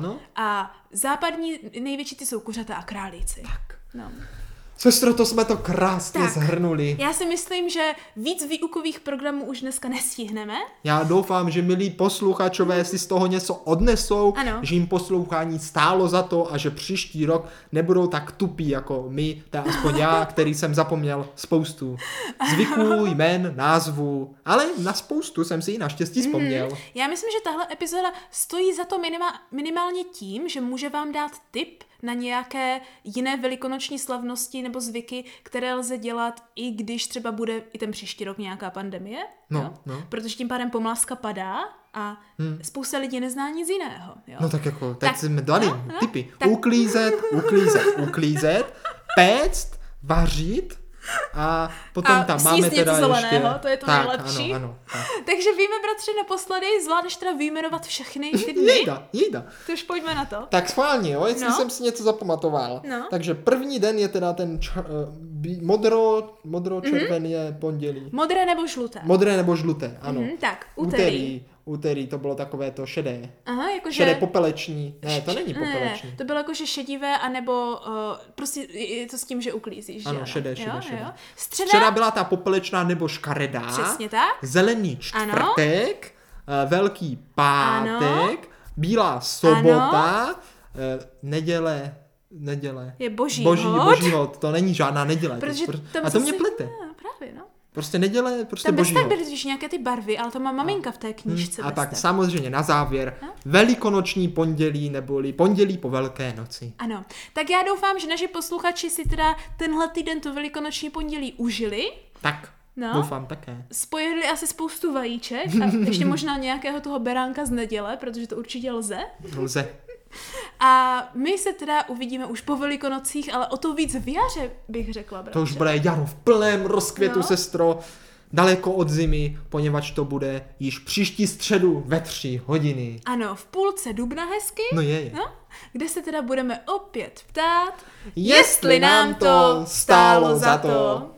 a západní největší ty jsou kuřata a králíci. Tak. No. Sestro, to jsme to krásně shrnuli. Já si myslím, že víc výukových programů už dneska nestihneme. Já doufám, že milí posluchačové si z toho něco odnesou, že jim poslouchání stálo za to a že příští rok nebudou tak tupí jako my, aspoň já, který jsem zapomněl spoustu zvyků, jmen, názvů, ale na spoustu jsem si i naštěstí vzpomněl. Já myslím, že tahle epizoda stojí za to minimálně tím, že může vám dát tip na nějaké jiné velikonoční slavnosti nebo zvyky, které lze dělat, i když třeba bude i ten příští rok nějaká pandemie. Protože tím pádem pomlázka padá a spousta lidí nezná nic jiného. Jo? No tak jako, teď jsme dali tipy. Uklízet, péct, vařit, a potom tam máme teda zeleného, ještě... To je to nejlepší. Ano. Takže víme, bratři, naposledy, zvládneš teda vyjmenovat všechny ty dny? Jejda. To už pojďme na to. Tak schválně, jo, jestli jsem si něco zapamatoval. Takže první den je teda ten modro-červený je pondělí. Modré nebo žluté, ano. Tak, úterý to bylo takové to šedé. Aha, jakože... Šedé popeleční. Ne, to není popeleční. To bylo jakože šedivé, anebo prostě je to s tím, že uklízíš. Ano, šedé. Středa byla ta popelečná nebo škaredá. Přesně tak. Zelený čtvrtek, velký pátek, bílá sobota, neděle. Je boží hod. To není žádná neděle. A to mě plete. Právě, Prostě neděle, prostě boží hod. Tam bez nějaké ty barvy, ale to má maminka v té knížce. A tak samozřejmě na závěr Velikonoční pondělí neboli pondělí po Velké noci. Ano, tak já doufám, že naši posluchači si teda tenhle týden to Velikonoční pondělí užili. Tak, doufám také. Spojili asi spoustu vajíček a ještě možná nějakého toho beránka z neděle, protože to určitě lze. Lze. A my se teda uvidíme už po Velikonocích, ale o to víc v jaře, bych řekla, bratře. To už bude jaro v plném rozkvětu, sestro. Daleko od zimy, poněvadž to bude již příští středu ve 3 hodiny. Ano, v půlce dubna hezky. No je. No, kde se teda budeme opět ptát, jestli nám to stálo za to.